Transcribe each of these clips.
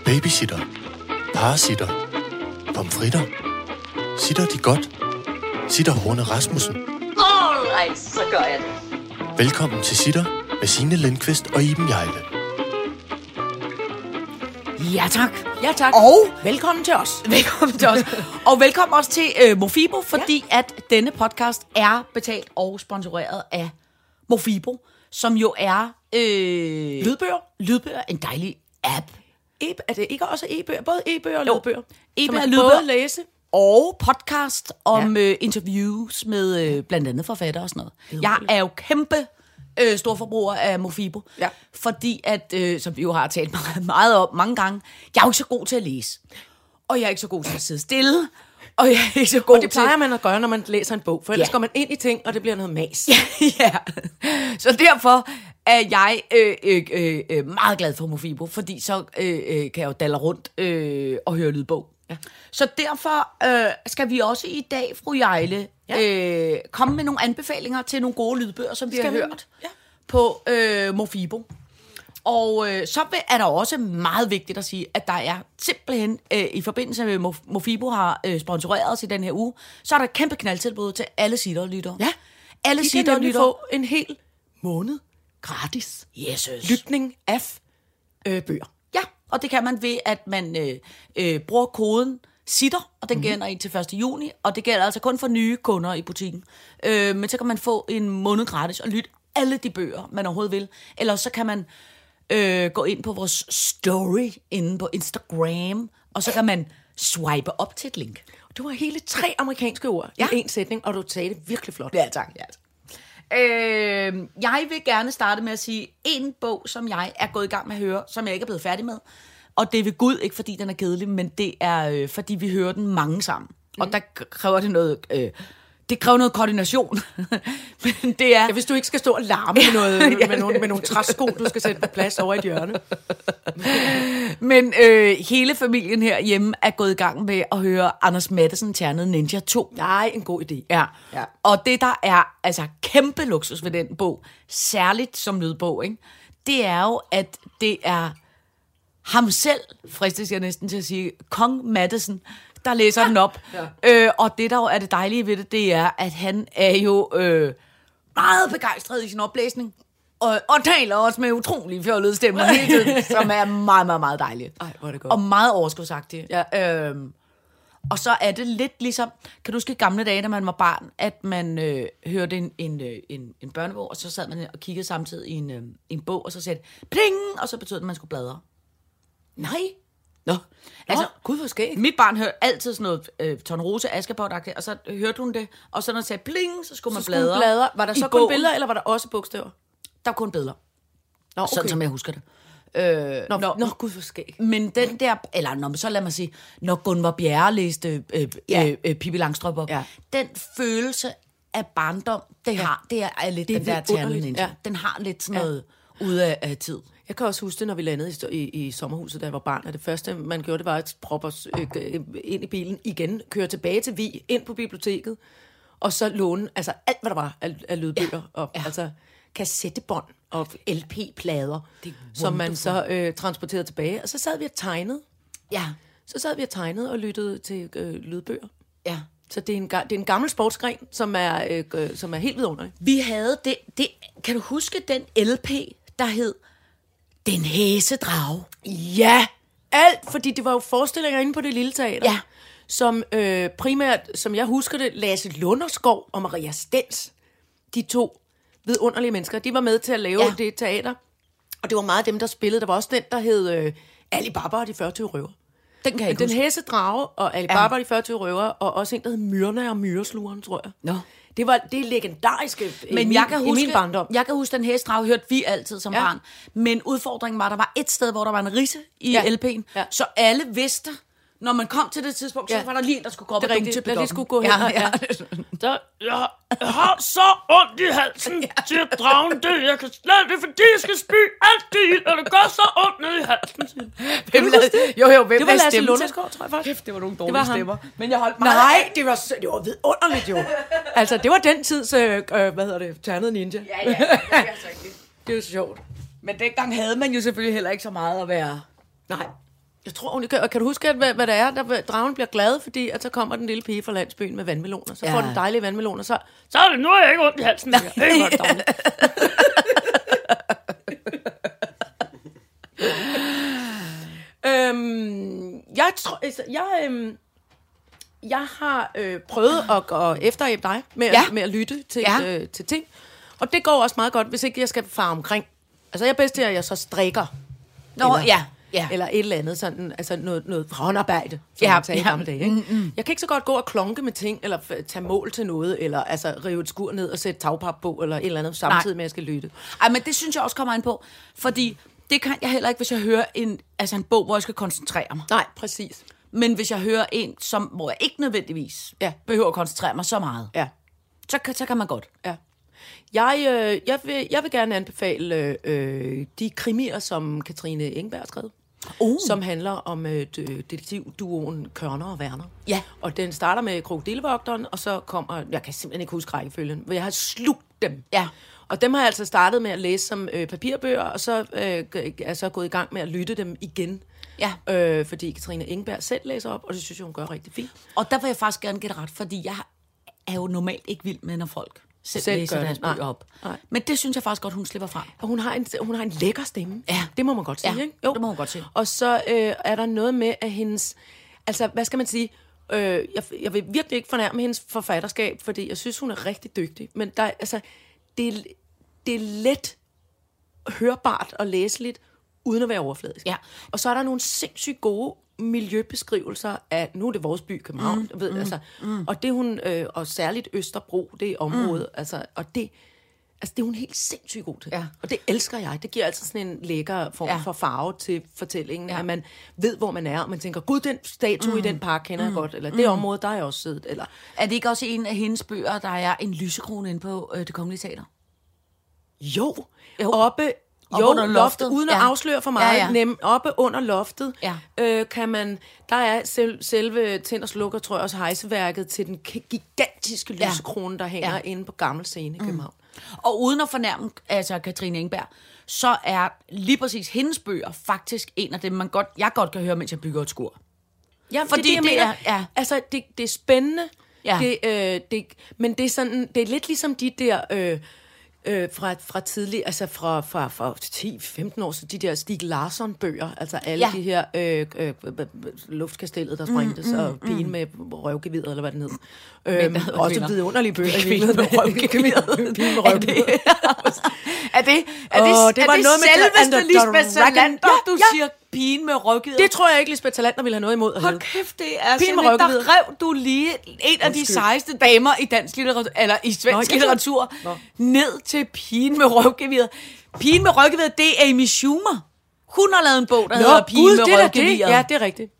Babysitter. Parasitter. Pomfritter. Sitter de godt? Sitter Horne Rasmussen. Alright, så gør jeg det. Velkommen til Sitter med Signe Lindqvist og Iben Hjejle. Ja tak. Ja tak. Og velkommen til os. Velkommen til os. Og velkommen også til Mofibo, fordi at denne podcast er betalt og sponsoreret af Mofibo, som jo er lydbøger, en dejlig app. Er det ikke også e-bøger? Både e-bøger og lydbøger? E-bøger og både lydbøger. læse Og podcast om interviews med blandt andet forfattere og sådan noget. Jeg er jo kæmpe stor forbruger af Mofibo, fordi at, som vi jo har talt meget om mange gange, jeg er jo ikke så god til at læse. Og jeg er ikke så god til at sidde stille. Og jeg er ikke så god til... Og det plejer man at gøre, når man læser en bog, for ellers går man ind i ting, og det bliver noget mas. Ja. Så derfor er jeg meget glad for Mofibo, fordi så kan jeg jo dalle rundt og høre lydbog. Ja. Så derfor skal vi også i dag, fru Hjejle, komme med nogle anbefalinger til nogle gode lydbøger, som vi har hørt på Mofibo. Og så er der også meget vigtigt at sige, at der er simpelthen, i forbindelse med Mofibo har sponsoreret os i den her uge, så er der et kæmpe knaldtilbud til alle sitterlyttere. Ja, alle de kan nemlig få en hel måned gratis lytning af bøger. Ja, og det kan man ved, at man bruger koden SITTER, og den gælder indtil 1. juni, og det gælder altså kun for nye kunder i butikken. Men så kan man få en måned gratis og lytte alle de bøger, man overhovedet vil. Eller så kan man gå ind på vores story inde på Instagram, og så kan man swipe op til et link. Du har hele 3 amerikanske ord i en sætning, og du sagde det virkelig flot. Ja, tak. Ja. Jeg vil gerne starte med at sige en bog, som jeg er gået i gang med at høre, som jeg ikke er blevet færdig med. Og det er ved Gud, ikke fordi den er kedelig, men det er fordi vi hører den mange sammen. Og der kræver det noget... det kræver noget koordination. Men det er... Ja, hvis du ikke skal stå og larme med nogle træsko, du skal sætte på plads over i et hjørne. Men hele familien herhjemme er gået i gang med at høre Anders Matthesen Ternet Ninja 2. Nej, en god idé. Ja. Og det, der er altså kæmpe luksus ved den bog, særligt som lydbog, ikke? Det er jo, at det er ham selv, fristes jeg næsten til at sige, Kong Matthesen, der læser den op. Og det, der jo er det dejlige ved det, det er, at han er jo meget begejstret i sin oplæsning. Og taler også med utrolig fjollede stemmer hele tiden, som er meget, meget, meget dejligt. Ej, hvor er det godt. Og meget overskudsagtigt. Ja. Og så er det lidt ligesom, kan du huske gamle dage, da man var barn, at man hørte en børnebog, og så sad man og kiggede samtidig i en bog, og så sagde det, pling, og så betød det, at man skulle bladre. Nej. Nå, altså, Gud, hvor skægt. Mit barn hørte altid sådan noget Tornerose Askepot-agtigt, og så hørte hun det, og så når det sagde bling, så skulle man bladre. Var der så kun billeder, eller var der også bogstaver? Der var kun billeder. Nå, okay. Sådan som jeg husker det. Nå, Gud, hvor skægt. Men den der, eller så lad mig sige, når Gunvor Bjerre læste Pippi Langstrømpe op, den følelse af barndom, det er lidt den der Ternet Ninja. Ja. Den har lidt sådan noget ude af tid. Jeg kan også huske det, når vi landede i sommerhuset, da jeg var barn, og det første, man gjorde, det var at proppe os ind i bilen igen, køre tilbage til Vig, ind på biblioteket, og så låne altså alt, hvad der var af lydbøger, og altså kassettebånd og LP-plader, som man så transporterede tilbage, og så sad vi og tegnede. Ja. Så sad vi og tegnede og lyttede til lydbøger. Ja. Så det er en gammel sportsgren, som er helt vidunderlig. Vi havde det. Kan du huske den LP, der hed Den Hæse Drage? Ja, alt, fordi det var jo forestillinger inde på Det Lille Teater, som primært, som jeg husker det, Lasse Lunderskov og Maria Stens, de 2 vidunderlige mennesker, de var med til at lave det teater, og det var meget dem, der spillede. Der var også den, der hed Alibaba og de 40 røver. Den kan jeg ikke huske. Den Hæse Drage og Alibaba og de 40 røver, og også en, der hed Myrna og Myreslugeren, tror jeg. Nå. Det er legendariske men i min barndom. Jeg kan huske, den Hæsdrage hørte vi altid som barn. Men udfordringen var, at der var et sted, hvor der var en ridse i LP'en. Ja. Så alle vidste, når man kom til det tidspunkt, så var der lige en, der skulle gå op og dunke til bedommen. Det skulle gå hen. Jeg har så ondt i halsen, siger dragen det. Jeg kan slet det, fordi jeg skal spy alt det ild, og det gør så ondt ned i halsen. Hvem det var Lasse Lunderskov, tror jeg faktisk. Kæft, det var nogle dårlige stemmer. Men jeg holdt meget. Nej, det var vidunderligt jo. Altså, det var den tids, Ternet Ninja. Ja, det er det er jo så sjovt. Men dengang havde man jo selvfølgelig heller ikke så meget at være... Nej. Jeg tror, kan du huske, hvad det er? Dragen bliver glad, fordi at så kommer den lille pige fra landsbyen med vandmeloner. Så får den dejlige vandmeloner, så er det nu, er jeg ikke ondt i halsen mere. Det var dårligt. Jeg har prøvet at gå efter dig med at lytte til ting. Og det går også meget godt, hvis ikke jeg skal fare omkring. Altså, jeg er bedst til, at jeg så strikker. Eller et eller andet, sådan, altså noget håndarbejde, som man sagde i gamle dage. Ikke? Jeg kan ikke så godt gå og klonke med ting, eller tage mål til noget, eller altså rive et skur ned og sætte tagpap på, eller et eller andet, samtidig med, at jeg skal lytte. Ej, men det synes jeg også kommer ind på, fordi det kan jeg heller ikke, hvis jeg hører en bog, hvor jeg skal koncentrere mig. Nej, præcis. Men hvis jeg hører en, hvor jeg ikke nødvendigvis behøver at koncentrere mig så meget, så kan man godt. Ja. Jeg vil gerne anbefale de krimier, som Katrine Engberg har skrevet, som handler om detektivduoen Kørner og Werner. Ja. Og den starter med Krokodillevogteren, og så kommer, jeg kan simpelthen ikke huske rækkefølgen, hvor jeg har slugt dem. Ja. Og dem har jeg altså startet med at læse som papirbøger, og så er så gået i gang med at lytte dem igen. Ja. Fordi Katrine Engberg selv læser op, og det synes jeg, hun gør rigtig fint. Og der vil jeg faktisk gerne give ret, fordi jeg er jo normalt ikke vild med, når folk selv læser deres bøger op. Nej. Men det synes jeg faktisk godt, hun slipper fra. Og hun har en lækker stemme. Ja. Det må man godt sige, ikke? Jo, det må man godt sige. Og så er der noget med, at hendes... Altså, hvad skal man sige? Jeg vil virkelig ikke fornærme hendes forfatterskab, fordi jeg synes, hun er rigtig dygtig. Men det er let hørbart og læseligt, uden at være overfladisk. Ja. Og så er der nogle sindssygt gode miljøbeskrivelser af, nu er det vores by, København, og det hun, og særligt Østerbro, det område, og det er hun helt sindssygt god til. Ja. Og det elsker jeg. Det giver altså sådan en lækker form for farve til fortællingen, at man ved, hvor man er, og man tænker, gud, den statue i den park kender jeg godt, eller det område, der er jeg også siddet. Eller... Er det ikke også en af hendes bøger, der er en lysekrone inde på Det Kongelige Teater? Jo. Oppe under loftet, uden at afsløre for meget, oppe under loftet, kan man, der er selve tænd- og slukker, tror jeg, også hejseværket til den gigantiske lysekrone, der hænger inde på Gammel Scene i København. Og uden at fornærme Katrine Engberg, så er lige præcis hendes bøger faktisk en af dem, jeg godt kan høre, mens jeg bygger et skur. Ja, fordi det er spændende, men det er sådan, det er lidt ligesom de der... fra tidlig, altså fra 10-15 år, så de der Stieg Larsson-bøger, altså alle de her luftkastellet, der sprængtes, og pigen med røvgeviret, eller hvad den hed. Også vidunderlige bøger. Pigen med røvgeviret. Er det selveste Lisbeth Salander, du siger pigen med røvgeviret? Det tror jeg ikke, Lisbeth Salander ville have noget imod at hedde. Hold kæft, det er simpelthen, der rev du lige en af de sejeste damer i dansk litteratur, eller i svensk litteratur, ned til pigen med røvgeviret. Pigen med røvgeviret, det er Amy Schumer. Hun har lavet en bog, der hedder Pigen med røvgeviret. Ja, det er rigtigt.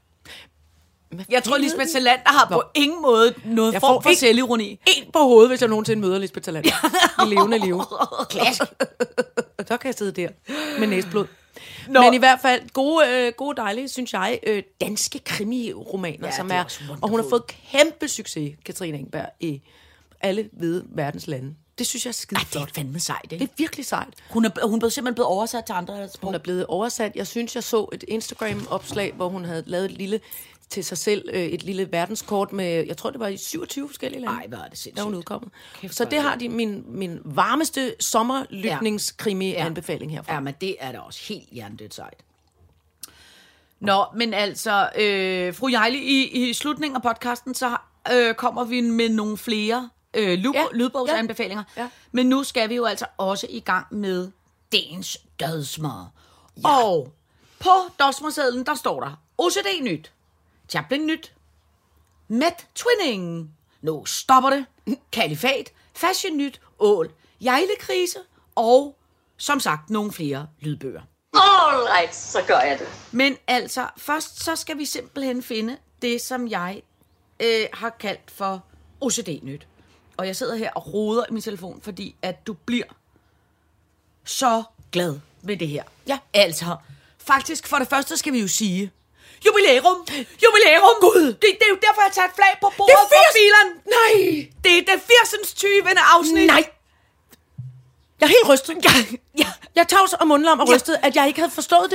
Jeg tror, Lisbeth Salander har på ingen måde noget form for selvironi. En på hovedet, hvis jeg nogensinde møder Lisbeth Salander. I levende liv. Klask. Så kan jeg sidde der med næsblod. Men i hvert fald gode dejlige, synes jeg, danske krimiromaner, som er... Og hun har fået kæmpe succes, Katrine Engberg, i alle hvide verdens lande. Det synes jeg er skide flot. Det er fandme sejt, ikke? Det er virkelig sejt. Hun er simpelthen blevet oversat til andre sprog. Hun er blevet oversat. Jeg synes, jeg så et Instagram-opslag, hvor hun havde lavet et lille verdenskort med, jeg tror, det var i 27 forskellige lande. Nej, hvor er det sindssygt. Der hun udkommet. Så det har de min varmeste sommerlytningskrimi-anbefaling herfra. Ja, men det er da også helt hjernedødt sejt. Nå, men altså, fru Jejle, i slutningen af podcasten, så kommer vi med nogle flere lydbogsanbefalinger. Ja. Men nu skal vi jo altså også i gang med dagens dødsmad. Ja. Og på dødsmadsedlen, der står der OCD-nyt, Chaplin-nyt, Met-twinning, nu stopper det, Kalifat, Fashion-nyt, Ål, Jejle-krise og som sagt nogle flere lydbøger. Alright, så gør jeg det. Men altså, først så skal vi simpelthen finde det, som jeg har kaldt for OCD-nyt. Og jeg sidder her og roder i min telefon, fordi at du bliver så glad ved det her. Ja, altså, faktisk for det første skal vi jo sige, jubilæum! Gud! Det er jo derfor, jeg tager et flag på bordet for fileren. Nej! Det er det 80. 20. afsnit. Nej! Jeg er helt rystet. Jeg tavs og mundlam og rystet, at jeg ikke havde forstået det.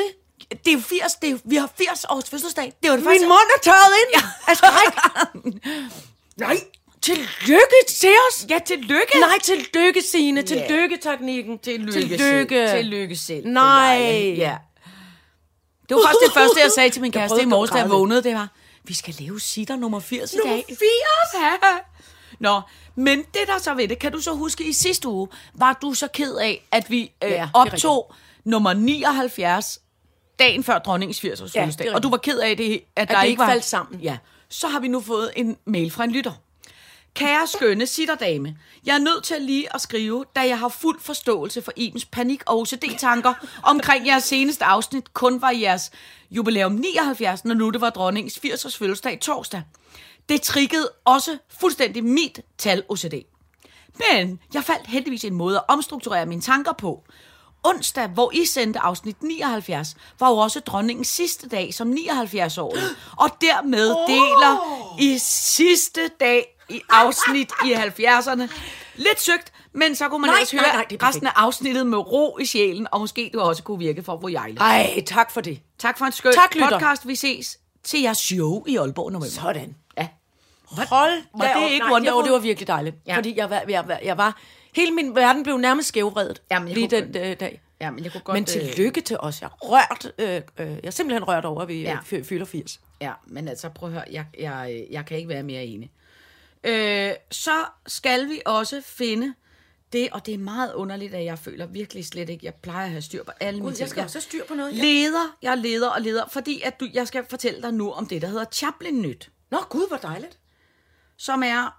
Det er jo 80, vi har 80 års fødselsdag. Det var det Min første. mund er tørret ind af skræk. Nej, tillykke til os. Ja, tillykke. Nej, tillykke, Signe. Tillykke, teknikken. Tillykke selv. Nej. Ja. Det var faktisk det første, jeg sagde til min kæreste i morges, da jeg græde. vågnede. Det var, vi skal lave sitter nummer 80 i dag. Nummer 80? Ja. Nå, men det der så ved det, kan du så huske, i sidste uge, var du så ked af, at vi optog nummer 79, dagen før dronningens 80-års fødselsdag. Og du var ked af det, at der det ikke ikke var... faldt sammen. Ja. Så har vi nu fået en mail fra en lytter. Kære skønne sitterdame, jeg er nødt til lige at skrive, da jeg har fuld forståelse for Ibens panik- og OCD-tanker omkring jeres seneste afsnit kun var jeres jubilæum 79, når nu det var dronningens 80-års fødselsdag torsdag. Det triggede også fuldstændig mit tal OCD. Men jeg fandt heldigvis en måde at omstrukturere mine tanker på. Onsdag, hvor I sendte afsnit 79, var jo også dronningens sidste dag som 79-årig. Og dermed deler I sidste dag i afsnit i 70'erne. Lidt søgt, men så kunne man ellers høre resten af afsnittet med ro i sjælen, og måske du også kunne virke for Jejle. Ej, tak for det. Tak for en skøn podcast. Vi ses til jeres show i Aalborg november. Sådan. Ja. Hold var det ikke wonderful? Jo, det var virkelig dejligt. Ja. Fordi jeg var... Hele min verden blev nærmest skævvredet lige den dag. Ja, men jeg kunne godt... Men tillykke til os. Jeg er rørt. Jeg er simpelthen rørt over, at vi fylder 80. Ja, men altså prøv at høre. Jeg kan ikke være mere enig. Så skal vi også finde det, og det er meget underligt, at jeg føler virkelig slet ikke, jeg plejer at have styr på alle mine ting. Jeg skal også styr på noget. Jeg leder, fordi at jeg skal fortælle dig nu om det, der hedder Chaplin-nyt. Nå, gud, hvor dejligt. Som er...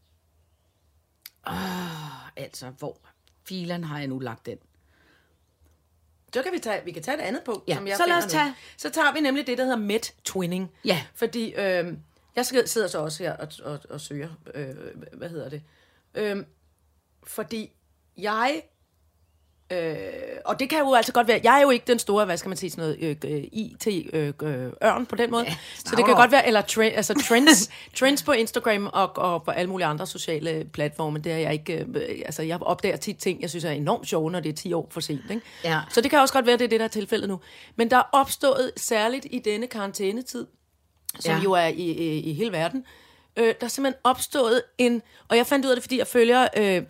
altså, hvor filen har jeg nu lagt den? Så kan vi kan tage et andet på, ja, som jeg så lad os tage. Så tager vi nemlig det, der hedder Met-twinning. Ja. Fordi jeg sidder så også her og søger, hvad hedder det? Fordi jeg... og det kan jo altså godt være, jeg er jo ikke den store, hvad skal man sige, sådan noget IT-ørn på den måde, så det kan godt være, eller trends på Instagram og på alle mulige andre sociale platforme, det er jeg ikke, altså jeg opdager tit ting, jeg synes er enormt sjove, når det er 10 år for sent, ikke? Ja. Så det kan også godt være, det er det, der er tilfældet nu. Men der er opstået, særligt i denne karantænetid, som jo er i hele verden, der er simpelthen opstået og jeg fandt ud af det, fordi jeg følger,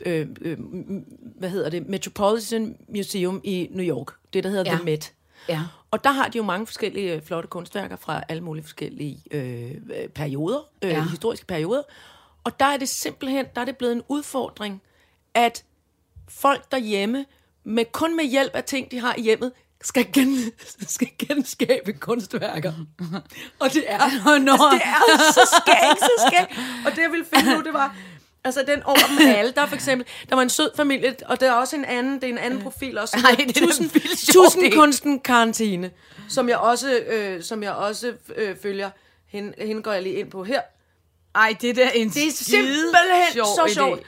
Metropolitan Museum i New York. Det, der hedder The Met. Ja. Og der har de jo mange forskellige flotte kunstværker fra alle mulige forskellige perioder, historiske perioder. Og der er det simpelthen, blevet en udfordring, at folk derhjemme, kun med hjælp af ting, de har i hjemmet, skal genskabe kunstværker. Og det er, det er så skægt. Og det, jeg ville finde nu, det var, altså den over dem alle. Der for eksempel, der var en sød familie, og der er også det er en anden profil også. Tusindkunsten Karantine, som jeg også følger. Hende går jeg lige ind på her. Ej, det er simpelthen så sjovt.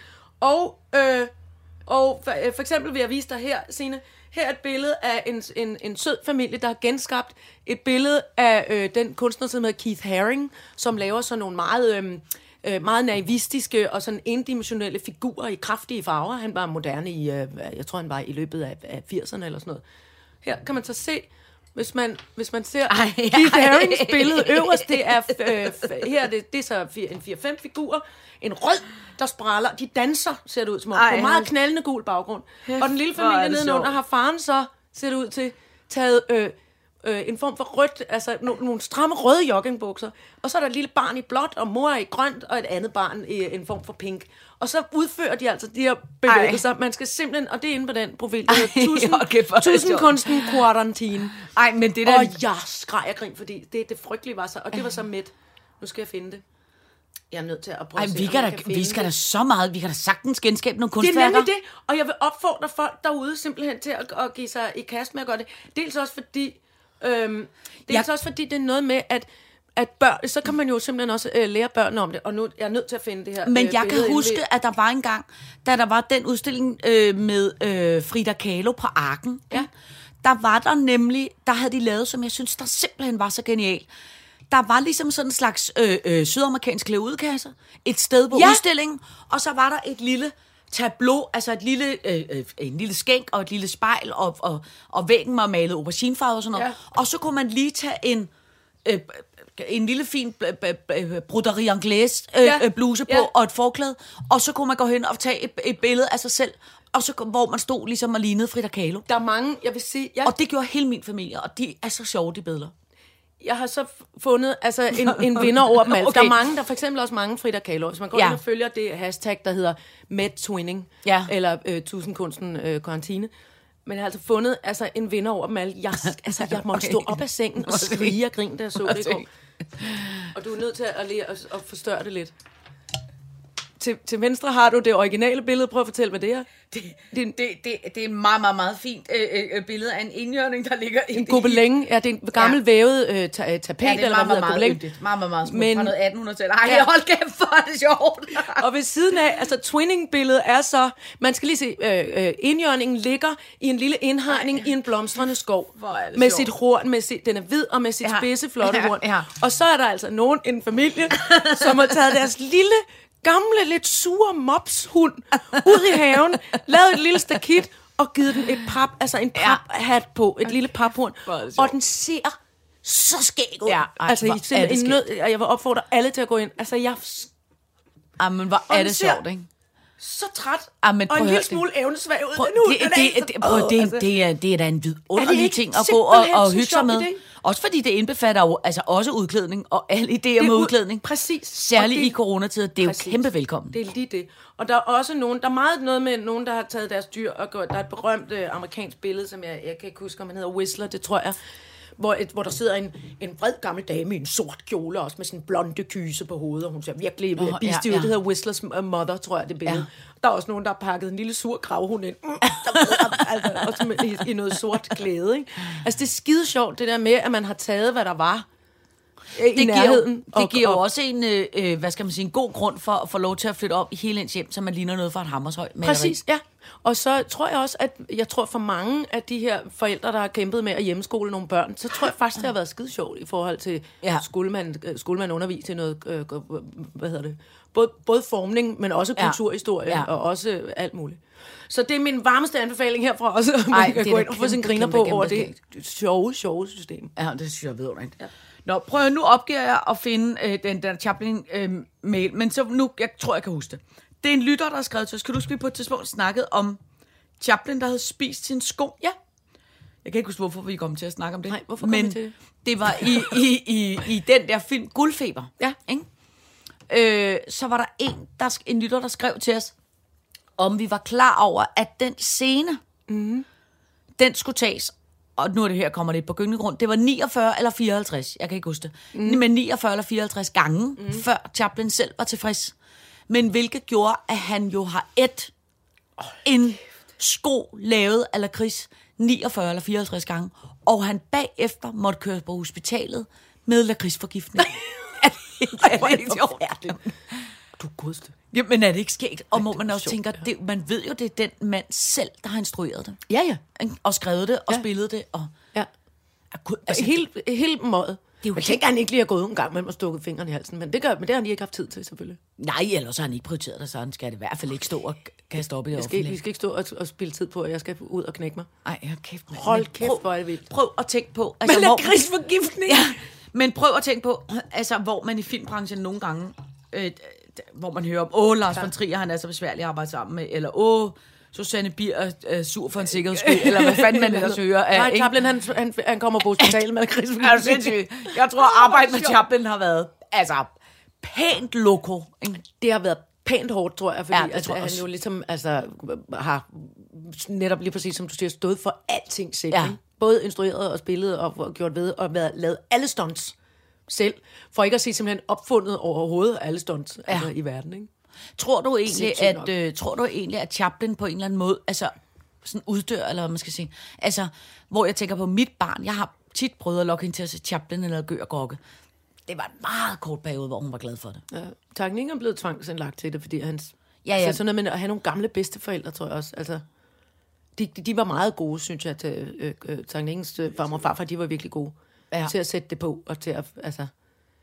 Og for eksempel vil jeg vise dig her, Signe. Her er et billede af en sød familie, der har genskabt et billede af den kunstner, som hedder Keith Haring, som laver sådan nogle meget naivistiske og sådan endimensionelle figurer i kraftige farver. Han var moderne i, jeg tror han var i løbet af 80'erne eller sådan noget. Her kan man så se, hvis man ser Keith Harings billede øverst, det er her det er så en 4-5 figurer, en rød, der spræller, de danser, ser det ud som om, på meget knaldende gul baggrund. Og den lille familie nedenunder har faren så, ser det ud til, taget en form for rødt, altså nogle stramme røde joggingbukser, og så er der et lille barn i blåt, og mor i grønt, og et andet barn i en form for pink. Og så udfører de altså de her bevægelser. Man skal simpelthen, og det er inde på den profil, der hedder Tusindkunsten Karantine. Ej, men det der... Og jeg skreg af grin, fordi det frygtelige var så, og det var så midt. Nu skal jeg finde det. Jeg er nødt til at prøve at se, vi skal da så meget, vi kan da sagtens genskabe nogle kunstværker. Det er nemlig det, og jeg vil opfordre folk derude simpelthen til at give sig i kast med at gøre det. Dels også fordi, det er noget med, at børn, så kan man jo simpelthen også lære børn om det, og nu er jeg nødt til at finde det her. Men jeg kan huske, at der var en gang, da der var den udstilling med Frida Kahlo på Arken, der var der nemlig, der havde de lavet, som jeg synes, der simpelthen var så genial. Der var ligesom sådan en slags sydamerikansk klædeudkasse, et sted på udstillingen, og så var der et lille tableau, altså en lille skænk og et lille spejl, og væggen var malet auberginefarve og sådan noget. Ja. Og så kunne man lige tage en lille fin broderie anglaise bluse på og et forklæde, og så kunne man gå hen og tage et billede af sig selv, og så, hvor man stod ligesom og lignede Frida Kahlo. Der er mange, jeg vil sige... Og det gjorde hele min familie, og de er så sjove, de billeder. Jeg har så fundet en vinder over dem alle. Okay. Der er for eksempel også mange Frida Kahlo. Hvis man går ind og følger det hashtag, der hedder MedTwinning, eller Tusindkunsten karantine. Men jeg har altså fundet en vinder over dem alle. Jeg måtte stå op af sengen og skrige og grine, da jeg så det i går. Og du er nødt til at forstørre det lidt. Til venstre har du det originale billede. Prøv at fortælle, hvad det er. Det er et meget, meget, meget fint billede af en indjørning, der ligger i... En gobelin. Ja, det er en gammel vævet tapet, eller hvad hedder gobelin. Meget, meget, meget smukt fra noget 1800-tallet. Ej, hold kæft, for det sjovt. Og ved siden af, twinning-billedet er så... Man skal lige se, indjørningen ligger i en lille indhegning i en blomstrende skov. Med sit horn, den er hvid, og med sit spidse, flotte horn. Ja. Og så er der altså en familie, som har taget deres lille... gamle, lidt sure mopshund ud i haven, lavet et lille stakit og givet den en paphat på, et lille paphorn, og den ser så skæg ud. Jeg vil opfordre alle til at gå ind. Men hvor er det sjovt, ikke? Så træt, og en lille smule evnesvag ud nu. Det er da en vidunderlig ting at gå og hygge sig med. Også fordi det indbefatter jo også udklædning og alle idéer med udklædning. Præcis. Særligt i coronatider. Det er jo kæmpe velkommen. Det er lige det. Og der er også der er meget noget med nogen, der har taget deres dyr og der er et berømt amerikansk billede, som jeg kan ikke huske, om han hedder Whistler, det tror jeg. Hvor der sidder en vred gammel dame i en sort kjole, også med sådan en blonde kyse på hovedet, og hun ser virkelig bistig ud. Det hedder Whistlers Mother, tror jeg, det billede. Ja. Der er også nogen, der har pakket en lille sur gravhund ind. Også i noget sort klæde, ikke? Det er skide sjovt, det der med, at man har taget, hvad der var i nærheden. Det giver jo også en god grund for at få lov til at flytte op i hele ens hjem, så man ligner noget fra et Hammershøi maleri. Præcis, ja. Og så tror jeg også, at for mange af de her forældre, der har kæmpet med at hjemmeskole nogle børn, så tror jeg faktisk, det har været skide sjovt i forhold til, skulle man undervise i noget, både formning, men også kulturhistorie, og også alt muligt. Så det er min varmeste anbefaling herfra også, at man kan gå ind og få sin griner på over det sjove system. Ja, det synes jeg ved rent. Ja. Nå, prøv nu opgiver jeg at finde den der Chaplin-mail, men så nu, jeg tror, jeg kan huske det. Det er en lytter, der har skrevet til os. Kan du huske, vi på et tidspunkt snakket om Chaplin, der havde spist sin sko? Ja. Jeg kan ikke huske, hvorfor vi kom til at snakke om det. Nej, hvorfor kom vi til det? Det var i den der film Guldfeber. Ja. Ikke? Så var der en lytter, der skrev til os, om vi var klar over, at den scene, den skulle tages, og nu er det her, kommer lidt på gyngende grund, det var 49 eller 54, jeg kan ikke huske det, men 49 eller 54 gange, før Chaplin selv var tilfreds. Men hvilket gjorde, at han jo har en sko lavet af lakrids 49 eller 54 gange, og han bagefter måtte køre på hospitalet med lakridsforgiftning. Er det ikke forfærdeligt? Du godste. Jamen er det ikke sket? Og må man også tænke, man ved jo, det er den mand selv, der har instrueret det. Ja. Og skrevet det, og spillet det. Og, helt måde. Det er jo tænker, han ikke lige har gået en gang med at stukke fingrene i halsen, men det har han ikke haft tid til, selvfølgelig. Nej, ellers har han ikke prioriteret det, så han skal det i hvert fald ikke stå og kaste op i det offentlige. Vi skal ikke stå og spille tid på, at jeg skal ud og knække mig. Nej, kæft. Hold kæft, hvor er det vildt. Prøv at tænke på... Men lakridsforgiftning! Ja, men prøv at tænke på, hvor man i filmbranchen nogle gange, hvor man hører om, Lars von Trier, han er så besværlig at arbejde sammen med, eller Susanne Bier er sur for en sikkerhedsskyld, eller hvad fanden man ellers hører. Nej, Chaplin, han kommer på hospitalet med lakridsforgiftning. Jeg tror, arbejde med Chaplin har været pænt loko. Ikke? Det har været pænt hårdt, tror jeg, fordi han jo ligesom har netop lige præcis, som du siger, stået for alting selv. Ja. Både instrueret og spillet og gjort ved, og lavet alle stunts selv, for ikke at sige simpelthen opfundet overhovedet alle stunts i verden, ikke? Tror du egentlig, at Chaplin på en eller anden måde, sådan uddør, eller hvad man skal sige, hvor jeg tænker på mit barn, jeg har tit prøvet at lokke hende til at se Chaplin eller Gø og Gokke. Det var en meget kort periode, hvor hun var glad for det. Ja, Tanken er blevet tvangsindlagt til det, fordi hans... Så sådan noget med at have nogle gamle bedsteforældre, tror jeg også. De var meget gode, synes jeg, til Tangens farmor og farfar, de var virkelig gode til at sætte det på, og til at...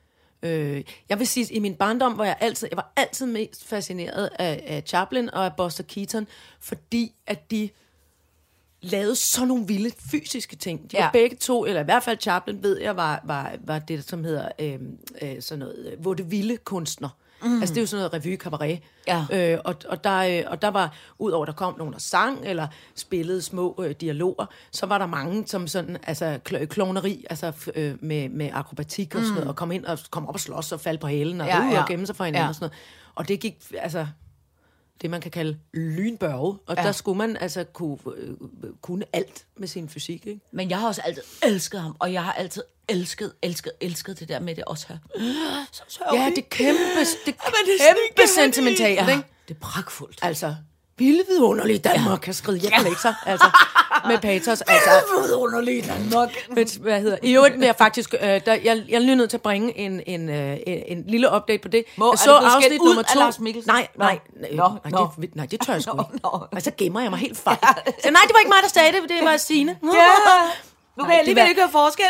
Jeg vil sige, i min barndom var jeg var altid mest fascineret af Chaplin og af Buster Keaton, fordi at de lavede sådan nogle vilde fysiske ting. De var begge to, eller i hvert fald Chaplin, ved jeg, var det, som hedder sådan noget vaudeville kunstner. Altså det er jo sådan noget revue cabaret. Ja. Og der var, udover der kom nogen, der sang eller spillede små dialoger, så var der mange som sådan, altså klovneri, altså med akrobatik og sådan noget, og kom op og slås og falde på hælen og gemme sig for hinanden og sådan noget. Og det gik, altså det man kan kalde lynbørge, og der skulle man altså kunne alt med sin fysik, ikke? Men jeg har også altid elsket ham, og jeg har altid elsket det der med det også her. Ja, det kæmpe sentimentalt, ikke? Det er pragtfuldt. Altså, vilde vidunderlige Danmark kan skride hjem og lægge sig, altså, med patos. Altså, Vidunderlige Danmark. Hvad hedder? I øvrigt vil jeg faktisk, jeg er lige nødt til at bringe en lille update på det. Jeg så afsnit nummer 2. Lars Mikkelsen? Nej, det tør jeg sgu ikke. Og så gemmer jeg mig helt fejl. Så nej, det var ikke mig, der sagde det, det var Signe. Nu kan jeg alligevel ikke høre forskel.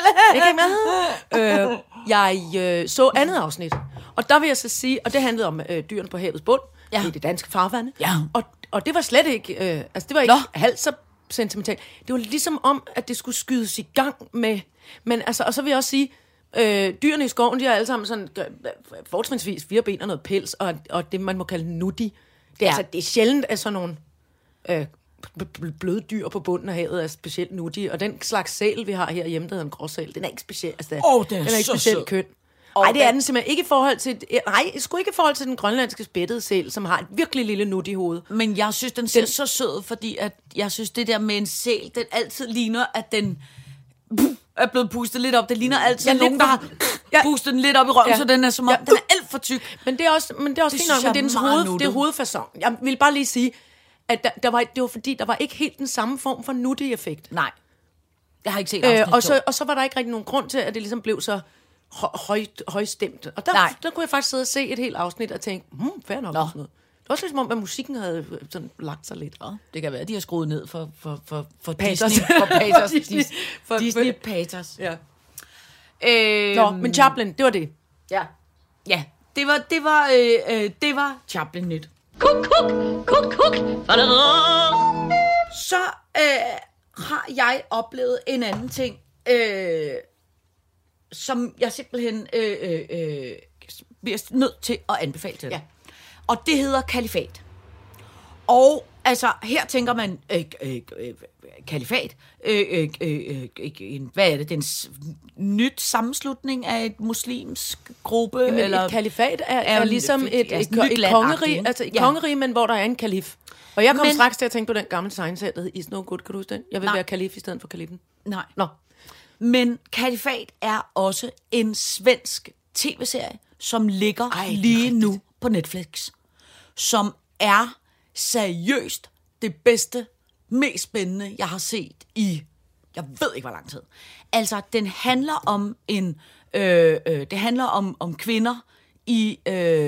Jeg så andet afsnit, og der vil jeg så sige, og det handlede om dyrene på havets bund, i det danske farvande, og det var slet ikke, altså det var ikke halvt så sentimentalt. Det var ligesom om, at det skulle skydes i gang med, men altså, og så vil jeg også sige, dyrene i skoven, de har alle sammen sådan, fortrinsvis 4 ben og noget pels, og det man må kalde nuddi. Det er, altså, det er sjældent, at sådan nogle bløde dyr på bunden af havet er specielt nuttige, og den slags sæl, vi har herhjemme, der hedder en gråsæl, den er ikke specielt, altså, den er ikke specielt køn. Nej, det er den simpelthen ikke i forhold til, sgu ikke i forhold til den grønlandske spættede sæl, som har et virkelig lille nut i hovedet. Men jeg synes, den ser så sød, fordi at jeg synes, det der med en sæl, den altid ligner, at den er blevet pustet lidt op. Det ligner altid nogen, der har pustet den lidt op i røven, så den er som om, den er alt for tyk. Men det er også fint nok, men det er hovedfasson. Jeg vil bare lige sige, at det var fordi, der var ikke helt den samme form for nutty-effekt. Nej, jeg har ikke set afsnit og så var der ikke rigtig nogen grund til, at det ligesom blev så højstemt. Og der kunne jeg faktisk sidde og se et helt afsnit og tænke, fair nok. Sådan noget. Det var også ligesom om, at musikken havde sådan lagt sig lidt. Det kan være, at de har skruet ned for Patos. Disney Patos. Ja. Men Chaplin, det var det. Ja, det var Chaplin nyt. Kuk. Så har jeg oplevet en anden ting, som jeg simpelthen bliver nødt til at anbefale til dig. Og det hedder kalifat. Og altså, her tænker man kalifat. Hvad er det? Den nyt sammenslutning af et muslimsk gruppe? Jamen, eller et kalifat er ligesom et kongerige, altså et kongerige, men hvor der er en kalif. Og jeg kom straks til at tænke på den gamle tegneserie, der hedder Is No Good, kan du huske den? Jeg vil være kalif i stedet for kalifen. Nej. Men kalifat er også en svensk tv-serie, som ligger lige nu på Netflix. Som er seriøst det bedste, mest spændende, jeg har set i, jeg ved ikke hvor lang tid. Altså, den handler om det handler om kvinder i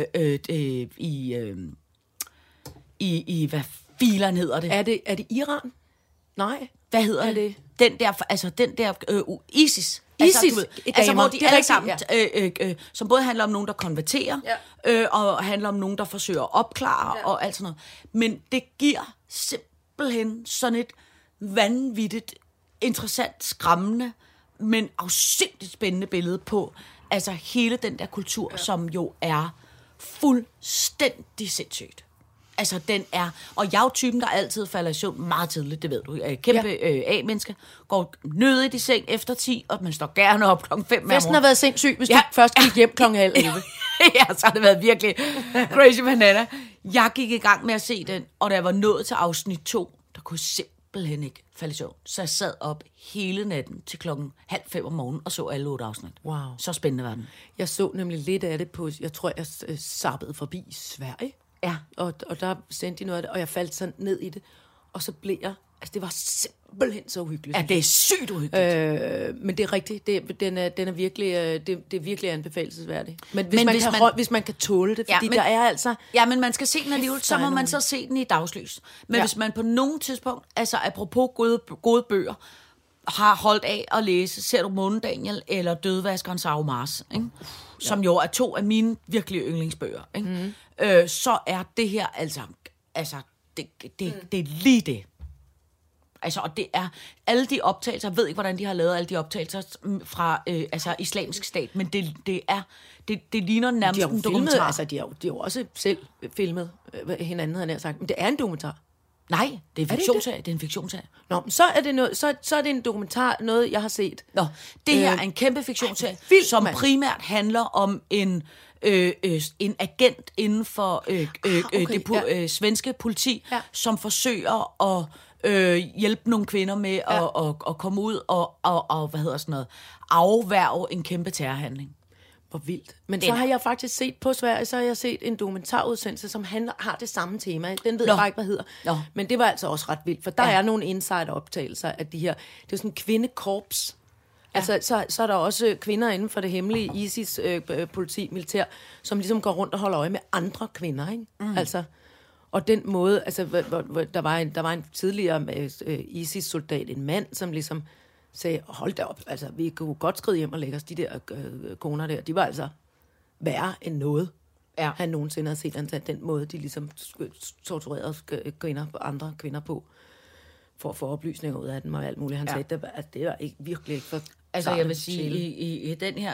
hvad filen hedder det? Er det Iran? Nej. Hvad hedder det? Den der ISIS. Altså, hvor de alle sammen, som både handler om nogen, der konverterer, og handler om nogen, der forsøger at opklare, og alt sådan noget. Men det giver simpelthen sådan et vanvittigt, interessant, skræmmende, men afsindigt spændende billede på, altså hele den der kultur, som jo er fuldstændig sindssygt. Altså, den er... Og jeg er jo typen, der altid falder i søvn meget tidligt, det ved du. Jeg er kæmpe A-menneske. Går nødigt i seng efter 10, og man står gerne op klokken 5. Festen har været sindssyg, hvis du først gik hjem klokken 10:30. Ja, så har det været virkelig crazy banana. Jeg gik i gang med at se den, og da jeg var nået til afsnit 2, der kunne jeg simpelthen ikke falde i søvn. Så jeg sad op hele natten til klokken 4:30 om morgenen og så alle 8 afsnit. Wow. Så spændende var den. Jeg så nemlig lidt af det på... Jeg tror, jeg zappede forbi Sverige. Ja. Og der sendte de noget af det, og jeg faldt sådan ned i det. Og så blev jeg... Altså, det var simpelthen så uhyggeligt. Ja, det er sygt uhyggeligt. Men det er rigtigt. Den er virkelig... Det er virkelig anbefalelsesværdigt. Men hvis man kan tåle det, fordi der er altså... Ja, men man skal se den alligevel, så må man så se den i dagslys. Men hvis man på nogen tidspunkt, altså apropos gode bøger, har holdt af at læse Ser du månen, Daniel, eller Dødvaskeren Saro Mars, ikke? Som jo er 2 af mine virkelig yndlingsbøger, ikke? Så er det her altså det er lige det. Altså, og det er alle de optagelser, jeg ved ikke, hvordan de har lavet alle de optagelser fra Islamisk Stat, men det ligner nærmest en dokumentar. Altså, de har jo også selv filmet hinanden, havde jeg sagt, men det er en dokumentar. Nej, det er en fiktionsserie. Det er en fiktionsserie. Nå, så er det noget, så er det en dokumentar, noget jeg har set. Nå, det her er en kæmpe fiktionsserie, som primært handler om en agent inden for det svenske politi, som forsøger at hjælpe nogle kvinder med at komme ud og hvad hedder sådan noget, afværge en kæmpe terrorhandling. Hvor vildt. Men så har jeg faktisk set på Sverige, så har jeg set en dokumentarudsendelse, som har det samme tema. Den ved jeg bare ikke, hvad hedder. Men det var altså også ret vildt, for der er nogle insider-optagelser af de her. Det er sådan en kvindekorps. Altså, så er der også kvinder inden for det hemmelige ISIS politi, militær, som ligesom går rundt og holder øje med andre kvinder, ikke? Altså, og den måde, altså, der var en tidligere ISIS-soldat, en mand, som ligesom sagde, hold da op, altså, vi kunne godt skride hjem og lægge os, de der koner der, de var altså værre end noget, han nogensinde havde set, den måde, de ligesom torturerede andre kvinder på, for at få oplysninger ud af dem og alt muligt. Han sagde, at det var virkelig ikke for... Altså, jeg vil sige, i den her,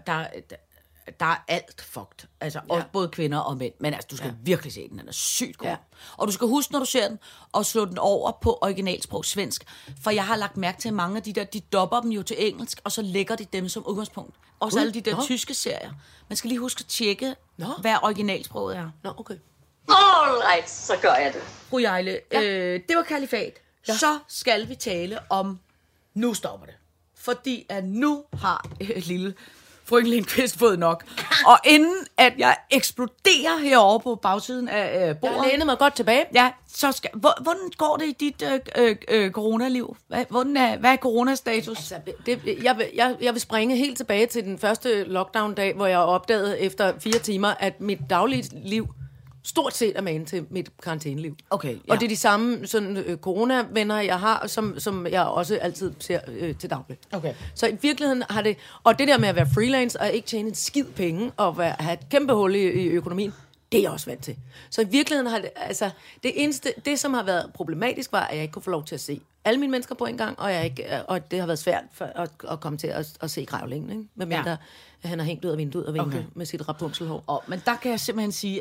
der er alt fucked. Altså, også både kvinder og mænd. Men altså, du skal virkelig se den. Den er sygt god. Ja. Og du skal huske, når du ser den, og slå den over på originalsprog svensk. For jeg har lagt mærke til, at mange af de der, de dopper dem jo til engelsk, og så lægger de dem som udgangspunkt. Også alle de der tyske serier. Man skal lige huske at tjekke, hvad originalsproget er. Nå, okay. Alright, så gør jeg det. Fru Jejle, det var kalifat. Ja. Så skal vi tale om, nu stopper det. Fordi at nu har lille frøken Lindqvist fået nok. Og inden at jeg eksploderer herovre på bagsiden af bordet... Jeg læner mig godt tilbage. Ja, så skal... Hvordan går det i dit coronaliv? Hvad er coronastatus? Altså, jeg vil springe helt tilbage til den første lockdown-dag, hvor jeg opdagede efter 4 timer, at mit daglige liv stort set er magen til mit karantæneliv. Okay, ja. Og det er de samme sådan, corona-venner, jeg har, som jeg også altid ser til daglig. Okay. Så i virkeligheden har det... Og det der med at være freelance og ikke tjene en skid penge og have et kæmpe hul i økonomien, det er jeg også vant til. Så i virkeligheden har det... Altså, det, som har været problematisk, var, at jeg ikke kunne få lov til at se alle mine mennesker på en gang, og det har været svært for at komme til at se Grævlingen, ikke? Medmindre han har hængt ud af vinduet og vinket med sit Rapunzelhår. Men der kan jeg simpelthen sige,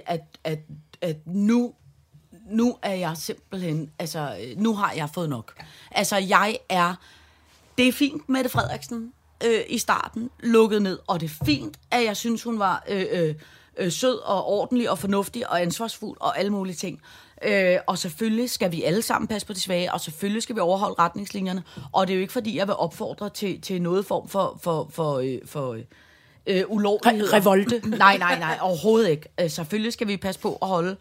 at nu er jeg simpelthen... Altså, nu har jeg fået nok. Altså, det er fint, Mette Frederiksen i starten lukket ned, og det er fint, at jeg synes, hun var sød og ordentlig og fornuftig og ansvarsfuld og alle mulige ting. Og selvfølgelig skal vi alle sammen passe på de svage, og selvfølgelig skal vi overholde retningslinjerne. Og det er jo ikke, fordi jeg vil opfordre til noget form for ulovlighed. Revolte. Nej, overhovedet ikke. Selvfølgelig skal vi passe på at holde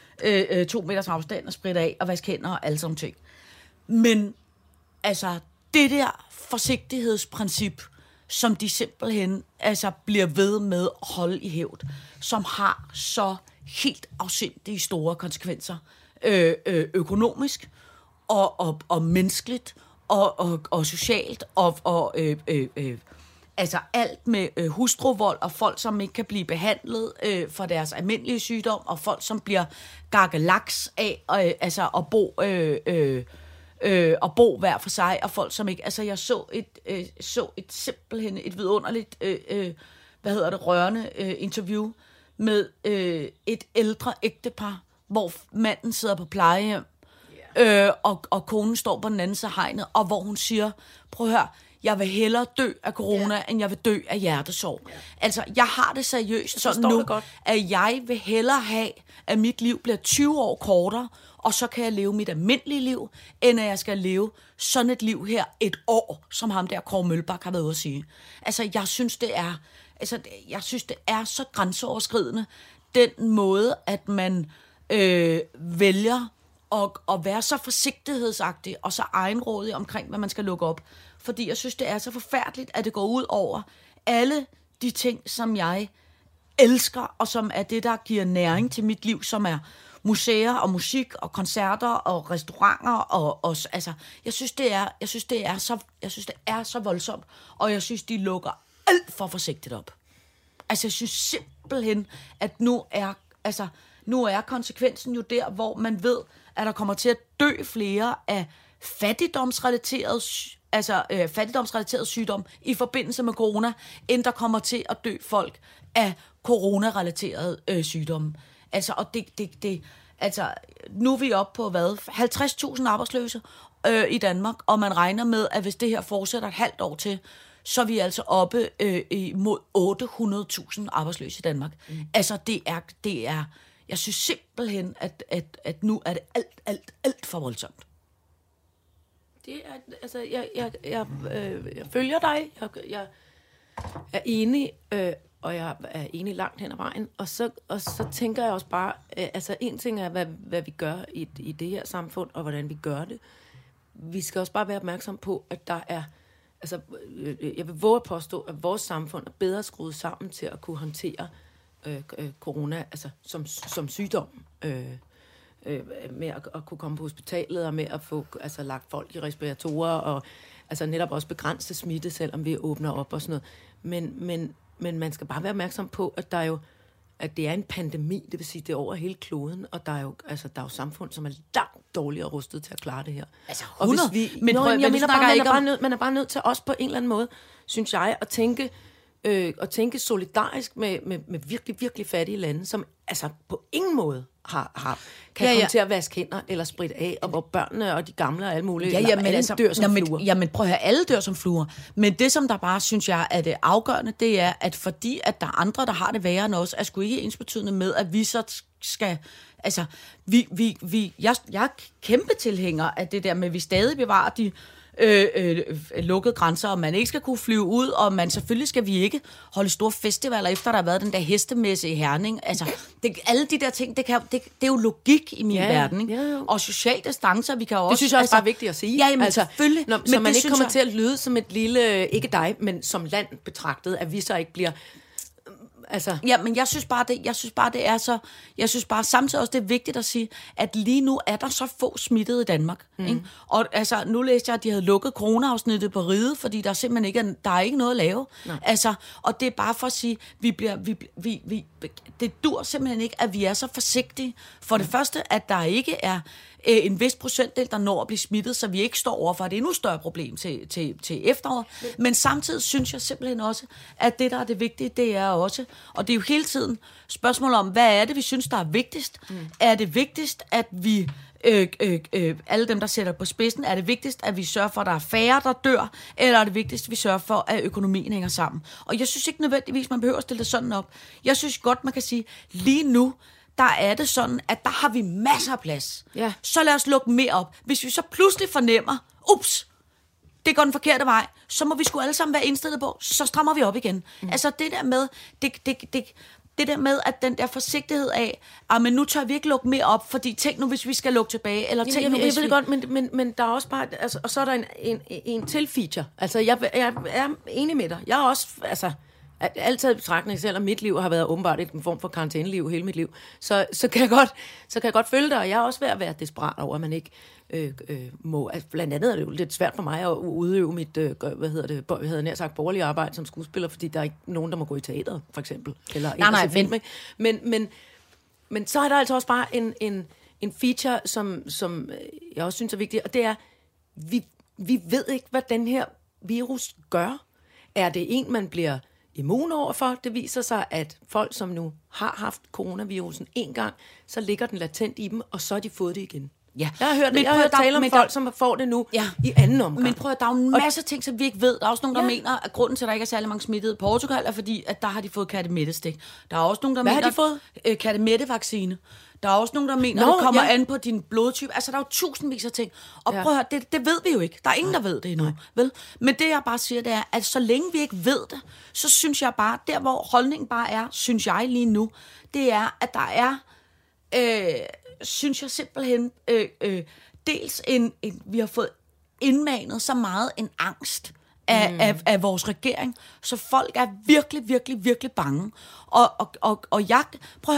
2 meters afstand og spritte af og vaske hænder og alle sådan ting. Men altså, det der forsigtighedsprincip, som de simpelthen bliver ved med at holde i hævd, som har så helt afsindige store konsekvenser økonomisk og menneskeligt og socialt og altså alt med hustruvold og folk, som ikke kan blive behandlet for deres almindelige sygdom, og folk, som bliver gakkelaks af at bo hver for sig, og folk, som ikke... Altså, jeg så simpelthen et vidunderligt, rørende interview med et ældre ægtepar, hvor manden sidder på plejehjem, og konen står på den anden side af hegnet, og hvor hun siger, prøv at høre, jeg vil hellere dø af corona, end jeg vil dø af hjertesorg. Altså, jeg har det seriøst sådan nu, at jeg vil hellere have, at mit liv bliver 20 år kortere, og så kan jeg leve mit almindelige liv, end at jeg skal leve sådan et liv her et år, som ham der Kåre Mølbak har været ude at sige. Altså, jeg synes, det er så grænseoverskridende, den måde, at man vælger at være så forsigtighedsagtig og så egenrådig omkring, hvad man skal lukke op. Fordi jeg synes, det er så forfærdeligt, at det går ud over alle de ting, som jeg elsker, og som er det, der giver næring til mit liv, som er museer og musik og koncerter og restauranter og altså, jeg synes det er så voldsomt, og jeg synes de lukker alt for forsigtigt op. Altså, jeg synes simpelthen, at nu er konsekvensen jo der, hvor man ved, at der kommer til at dø flere af fattigdomsrelateret sygdom i forbindelse med corona, end der kommer til at dø folk af corona-relaterede sygdomme. Altså, og nu er vi oppe på, 50.000 arbejdsløse i Danmark, og man regner med, at hvis det her fortsætter et halvt år til, så er vi altså oppe mod 800.000 arbejdsløse i Danmark. Altså, det er, jeg synes simpelthen, at nu er det alt for voldsomt. Det er, altså, jeg følger dig. Jeg er enig, og jeg er enig langt hen ad vejen. Og så tænker jeg også bare, altså en ting er, hvad vi gør i det her samfund, og hvordan vi gør det. Vi skal også bare være opmærksom på, at der er, altså, jeg vil våge at påstå, at vores samfund er bedre skruet sammen til at kunne håndtere corona, altså som sygdom. Med at kunne komme på hospitalet, og med at få lagt folk i respiratorer, og altså netop også begrænse smitte, selvom vi åbner op og sådan noget. Men man skal bare være opmærksom på, at at det er en pandemi, det vil sige, det er over hele kloden, og der er jo samfund, som er langt dårligere rustet til at klare det her. Altså 100? Og hvis man er bare nødt til også på en eller anden måde, synes jeg, at tænke solidarisk med virkelig, virkelig fattige lande, som altså på ingen måde kan komme til at vaske hænder eller spritte af, og hvor børnene og de gamle og alle mulige dør som fluer. Jamen prøv at høre, alle dør som fluer. Men det, som der bare, synes jeg, er det afgørende, det er, at fordi at der er andre, der har det værre end os, er sgu ikke ensbetydende med, at vi så skal... Altså, jeg er kæmpe tilhænger af det der med, at vi stadig bevarer de lukkede grænser, og man ikke skal kunne flyve ud, og man selvfølgelig skal vi ikke holde store festivaler, efter der har været den der hestemesse i Herning. Altså, alle de der ting, det er jo logik i min verden, ikke? Ja. Og social distancer, vi kan også... Det synes jeg også bare er vigtigt at sige. Ja, jamen, selvfølgelig. Så man ikke kommer til at lyde som et lille, ikke dig, men som land betragtet, at vi så ikke bliver... Altså. Ja, men jeg synes bare samtidig også, det er vigtigt at sige, at lige nu er der så få smittede i Danmark. Ikke? Og altså, nu læste jeg, at de havde lukket corona-afsnittet på Ride, fordi der simpelthen ikke der er ikke noget at lave. Altså, og det er bare for at sige, det dur simpelthen ikke, at vi er så forsigtige. For det første, at der ikke er en vis procentdel, der når at blive smittet, så vi ikke står over for et endnu større problem til efteråret. Men samtidig synes jeg simpelthen også, at det, der er det vigtige, det er også, og det er jo hele tiden spørgsmål om, hvad er det, vi synes, der er vigtigst? Er det vigtigst, at vi alle dem, der sætter på spidsen, er det vigtigst, at vi sørger for, at der er færre, der dør, eller er det vigtigst, at vi sørger for, at økonomien hænger sammen? Og jeg synes ikke nødvendigvis, man behøver at stille det sådan op. Jeg synes godt, man kan sige, lige nu, der er det sådan, at der har vi masser af plads. Ja. Så lad os lukke mere op. Hvis vi så pludselig fornemmer, ups, det går den forkerte vej, så må vi sgu alle sammen være indstillet på, så strammer vi op igen. Altså det der med, at den der forsigtighed af, men nu tør vi ikke lukke mere op, fordi tænk nu, hvis vi skal lukke tilbage, eller tænk nu, hvis jeg ved godt, men der er også bare, altså, og så er der en til feature. Altså, jeg er enig med dig. Jeg er også, altså, altid i betragtning, selvom mit liv har været åbenbart en form for karantæneliv hele mit liv, så kan jeg godt følge dig, og jeg er også ved at være desperat over, at man ikke må. Altså, blandt andet er det jo lidt svært for mig at udøve mit, nær sagt borgerlige arbejde som skuespiller, fordi der er ikke nogen, der må gå i teateret, for eksempel. Eller men så er der altså også bare en feature, som jeg også synes er vigtig, og det er, vi ved ikke, hvad den her virus gør. Er det en, man bliver immun overfor? Det viser sig, at folk, som nu har haft coronavirusen en gang, så ligger den latent i dem, og så har de fået det igen. Ja. Jeg har hørt tale om folk, som får det nu i anden omgang. Men prøv at, der er jo en masse ting, som vi ikke ved. Der er også nogen, der mener, at grunden til, at der ikke er særlig mange smittede i Portugal, er fordi, at der har de fået kattemettestik. Der er også nogen, der mener... Hvad har de fået? Kattemettevaccine. Der er også nogen, der mener, at det kommer an på din blodtype. Altså, der er jo tusindvis af ting. Og prøv at høre, det ved vi jo ikke. Der er ingen, der ved det endnu. Vel? Men det, jeg bare siger, det er, at så længe vi ikke ved det, så synes jeg bare, der hvor holdningen bare er, synes jeg lige nu, det er, at der er... synes jeg simpelthen, dels vi har fået indmanet så meget en angst af vores regering, så folk er virkelig, virkelig, virkelig bange. Og jeg, prøv at høre,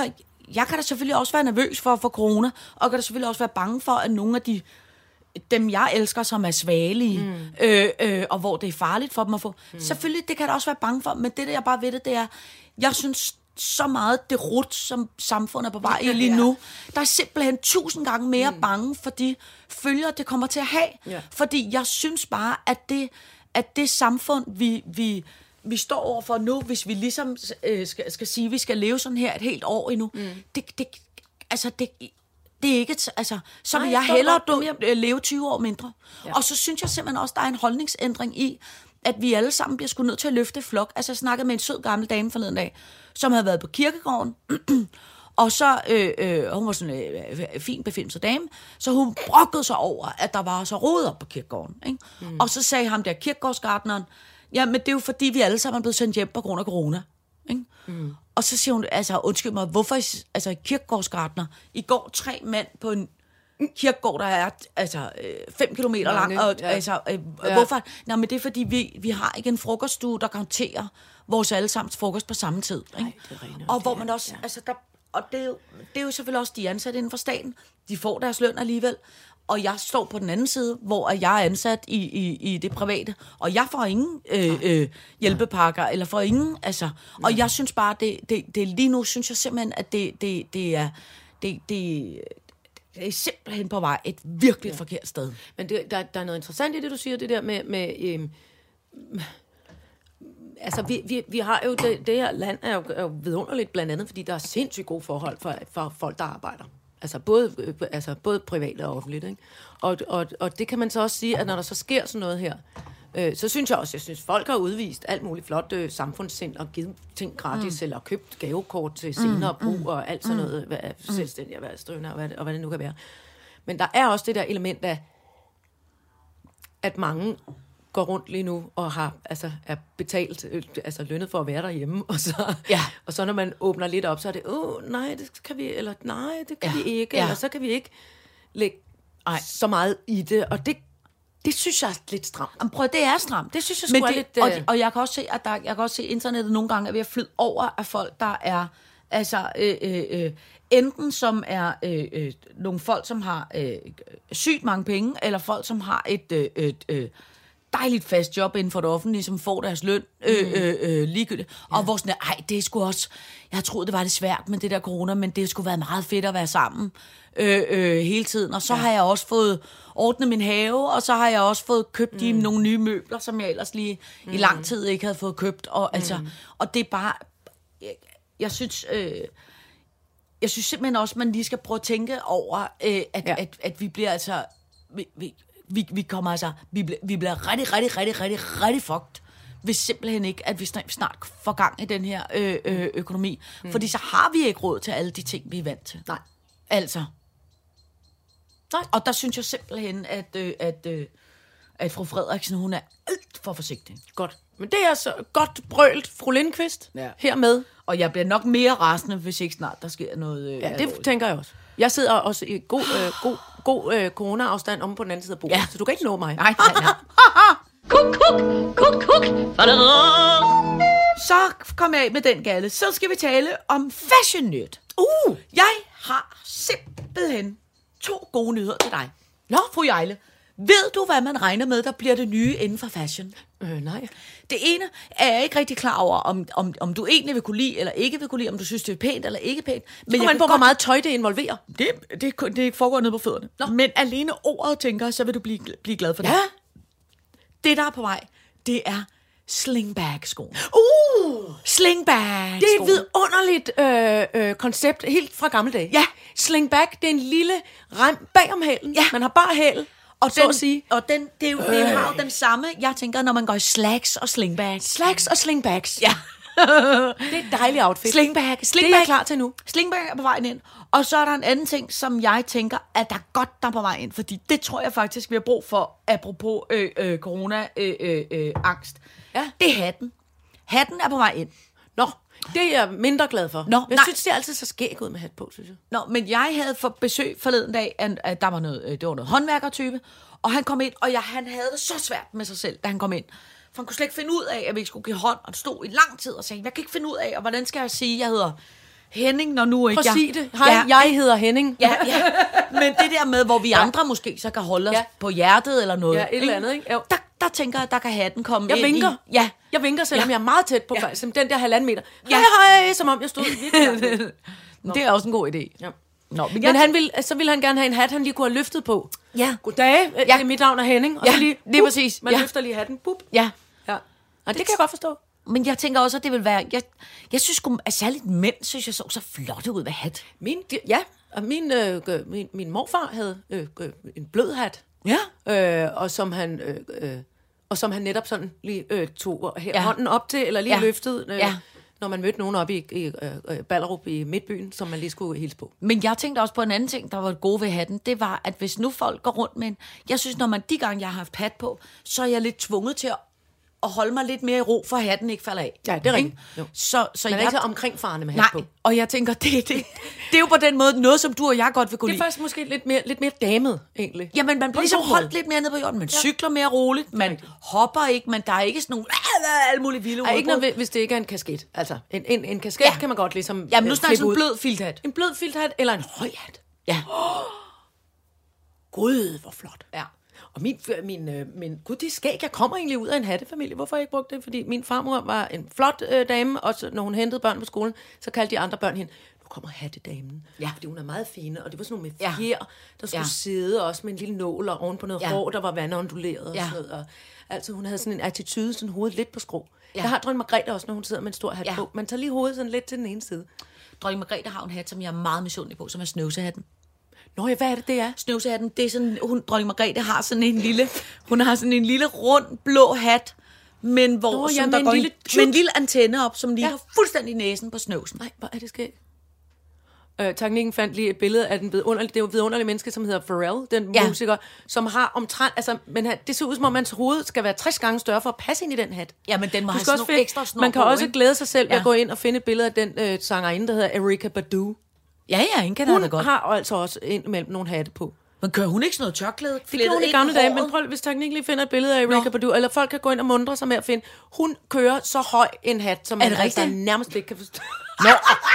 jeg kan da selvfølgelig også være nervøs for corona, og kan da selvfølgelig også være bange for, at nogle af dem jeg elsker, som er svagelige, og hvor det er farligt for dem at få. Selvfølgelig, det kan jeg da også være bange for, men det der jeg bare ved det er, jeg synes så meget det rut, som samfundet er på vej i lige nu. Der er simpelthen 1000 gange mere bange for de følger, det kommer til at have. Ja. Fordi jeg synes bare, at det samfund, vi står overfor nu, hvis vi ligesom skal sige, at vi skal leve sådan her et helt år endnu, det er ikke, altså, så vil jeg hellere leve 20 år mindre. Ja. Og så synes jeg simpelthen også, der er en holdningsændring i, at vi alle sammen bliver sgu nødt til at løfte flok. Altså, jeg snakkede med en sød gammel dame forleden dag, som havde været på kirkegården, og så, hun var sådan en fin befimset dame, så hun brokkede sig over, at der var så rodet op på kirkegården. Ikke? Og så sagde ham der kirkegårdsgartneren, ja, men det er jo fordi, vi alle sammen er blevet sendt hjem på grund af corona. Ikke? Og så siger hun, altså undskyld mig, hvorfor kirkegårdsgartner? I går 3 mand på en kirkegård, der er 5 kilometer lang. Og, hvorfor? Nå, men det er fordi, vi har ikke en frokoststue, der garanterer vores allesammens frokost på samme tid. Ikke? Nej, og hvor man også, og det er jo selvfølgelig også de ansatte inden for staten. De får deres løn alligevel. Og jeg står på den anden side, hvor jeg er ansat i det private, og jeg får ingen hjælpepakker, eller får ingen, altså. Og jeg synes bare, det lige nu, synes jeg simpelthen, at det er simpelthen på vej et virkelig forkert sted. Men der er noget interessant i det, du siger, det der med altså, vi har jo, det her land er jo vidunderligt, blandt andet, fordi der er sindssygt gode forhold for folk, der arbejder. Altså både privat og offentligt, ikke? Og det kan man så også sige, at når der så sker sådan noget her, så synes jeg folk har udvist alt muligt flot samfundssind og givet ting gratis, eller købt gavekort til senere brug og alt sådan noget, selvstændig erhvervsdrivende og hvad det nu kan være. Men der er også det der element af, at mange går rundt lige nu og er betalt, lønnet for at være derhjemme, og så når man åbner lidt op, så er det, nej, det kan vi, eller nej, det kan vi ikke, eller så kan vi ikke lægge så meget i det, og det synes jeg er lidt stramt. Jamen, prøv, det er stramt. Det synes jeg sgu er lidt... Og jeg kan også se, at jeg kan også se, at internettet nogle gange er ved at flyde over af folk, der er enten som er nogle folk, som har sygt mange penge, eller folk, som har et dejligt fast job inden for det offentlige, som får deres løn ligegyldigt. Og hvor sådan, det er sgu også... Jeg troede, det var lidt svært med det der corona, men det skulle være meget fedt at være sammen hele tiden. Og så har jeg også fået ordnet min have, og så har jeg også fået købt nogle nye møbler, som jeg ellers lige i lang tid ikke havde fået købt. Og det er bare... Jeg synes simpelthen også, man lige skal prøve at tænke over, at vi bliver altså... Vi kommer altså, vi bliver rigtig fucked, hvis simpelthen ikke, at vi snart får gang i den her økonomi. Fordi så har vi ikke råd til alle de ting, vi er vant til. Nej. Altså. Nej. Og der synes jeg simpelthen, at fru Frederiksen, hun er alt for forsigtig. Godt. Men det er så godt brølt, fru Lindqvist, hermed. Og jeg bliver nok mere rasende, hvis ikke snart der sker noget. Det tænker jeg også. Jeg sidder også i god corona-afstand om på den anden side af bordet, så du kan ikke nå mig. Nej. Kuk. Så kom jeg af med den galle. Så skal vi tale om Fashion Nyt. Jeg har simpelthen 2 gode nyheder til dig. Nå, fru Jejle. Ved du, hvad man regner med, der bliver det nye inden for fashion? Nej. Det ene er jeg ikke rigtig klar over, om du egentlig vil kunne lide, eller ikke vil kunne lide, om du synes, det er pænt eller ikke pænt. Men jeg hvor meget tøj det involverer. Det foregår nede på fødderne. Nå. Men alene ordet, tænker så vil du blive glad for det. Ja. Det, der er på vej, det er slingbag-skoene. Slingbag-skoene. Det er et vidunderligt koncept, helt fra gamle dage. Ja. Slingbag, det er en lille rem bag om hælen. Ja. Man har bare hæl. Og det har jo den samme, jeg tænker, når man går i slacks og slingbags. Slacks og slingbags. Ja. Det er et dejligt outfit. Slingbag. Det er jeg klar til nu. Slingbag er på vej ind. Og så er der en anden ting, som jeg tænker, at der er godt, der er på vej ind. Fordi det tror jeg faktisk, vi har brug for, apropos corona-angst. Det er hatten. Hatten er på vej ind. Nå, det er jeg mindre glad for. Jeg synes, det er altid så skægt ud med hat på, synes jeg. Nå, men jeg havde fået besøg forleden dag, at der var noget håndværkertype, og han kom ind, og han havde det så svært med sig selv, da han kom ind. For han kunne slet ikke finde ud af, at vi ikke skulle give hånd, og det stod i lang tid og sagde, jeg kan ikke finde ud af, og hvordan skal jeg sige, jeg hedder Henning, når nu ikke Prøv at sige det. Hej, jeg hedder Henning. Ja. Men det der med, hvor vi andre måske så kan holde os på hjertet eller noget. Ja, et eller andet, ikke? Jo. Der tænker jeg, der kan hatten komme Jeg ind vinker. i. Ja. Jeg vinker, selvom jeg er meget tæt på, som den der 1,5 meter. Ja. Hej, som om jeg stod virkelig. Det er også en god idé. Ja. Nå, Men så ville han gerne have en hat, han lige kunne have løftet på. Ja. Goddag, det er mit navn er Henning. Og så lige, det er præcis. Man løfter lige hatten. Bup. Ja. Ja. Og det kan jeg godt forstå. Men jeg tænker også, at det vil være... Jeg synes sgu, at særligt mænd, synes jeg så flotte ud med hat. Min morfar havde en blød hat. Ja. Og som han netop sådan lige tog hånden op til, eller lige løftede, når man mødte nogen op i Ballerup i Midtbyen, som man lige skulle hilse på. Men jeg tænkte også på en anden ting, der var gode ved hatten. Det var, at hvis nu folk går rundt med en... Jeg synes, når man de gange, jeg har haft hat på, så er jeg lidt tvunget til at holde mig lidt mere i ro, for hatten ikke falder af. Ja, det er rigtigt. Så man er ikke så omkringfarende med hat på. Nej, og jeg tænker, det er jo på den måde noget, som du og jeg godt vil kunne lide. Det er faktisk måske lidt mere damet, egentlig. Jamen, man bliver ligesom holdt lidt mere ned på jorden. Man cykler mere roligt, man hopper ikke, men der er ikke sådan nogle alle mulige vilde udbrud. Ikke noget, hvis det ikke er en kasket. Altså, en kasket kan man godt ligesom jamen, nu snakker sådan en blød filthat. En blød filthat eller en høj hat. Ja. Gud, hvor flot. Ja. Og gud, det skæg, jeg kommer egentlig ud af en hattefamilie. Hvorfor har jeg ikke brugt det? Fordi min farmor var en flot dame, og så, når hun hentede børn på skolen, så kaldte de andre børn hende, nu kommer hattedamen. Ja. Fordi hun er meget fine, og det var sådan nogle med fjer, der skulle sidde også med en lille nål og oven på noget hår, der var vandonduleret og sådan noget. Og, altså hun havde sådan en attitude, sådan hovedet lidt på skrå. Ja. Jeg har dronning Margrethe også, når hun sidder med en stor hat på. Man tager lige hovedet sådan lidt til den ene side. Dronning Margrethe har en hat, som jeg er meget misundelig på, som er snøvsehatten. Nå ja, hvad er det er? Snøvsehatten, det er sådan, dronning Margrethe har sådan en lille rund blå hat, men hvor med en lille antenne op, som ligger fuldstændig næsen på snøvsen. Nej, hvor er det skægt. Teknikken fandt lige et billede af det er jo vidunderlige menneske, som hedder Pharrell, den musiker, som har omtrent, altså, men det ser ud som om, hans hoved skal være 60 gange større for at passe ind i den hat. Ja, men den må have sådan ekstra snor. Man kan også glæde sig selv ved at gå ind og finde et billede af den sangerinde, der hedder Erykah Badu. Ja, ingen kender det godt. Hun har altså også indimellem nogle hatte på. Men kører hun ikke sådan noget tørklæde? Det gjorde hun i gamle dage, men prøv, hvis teknikken lige finder et billede af Erykah Badu, eller folk kan gå ind og mundre sig med at finde, hun kører så høj en hat, som man altså nærmest ikke kan forstå. Nå,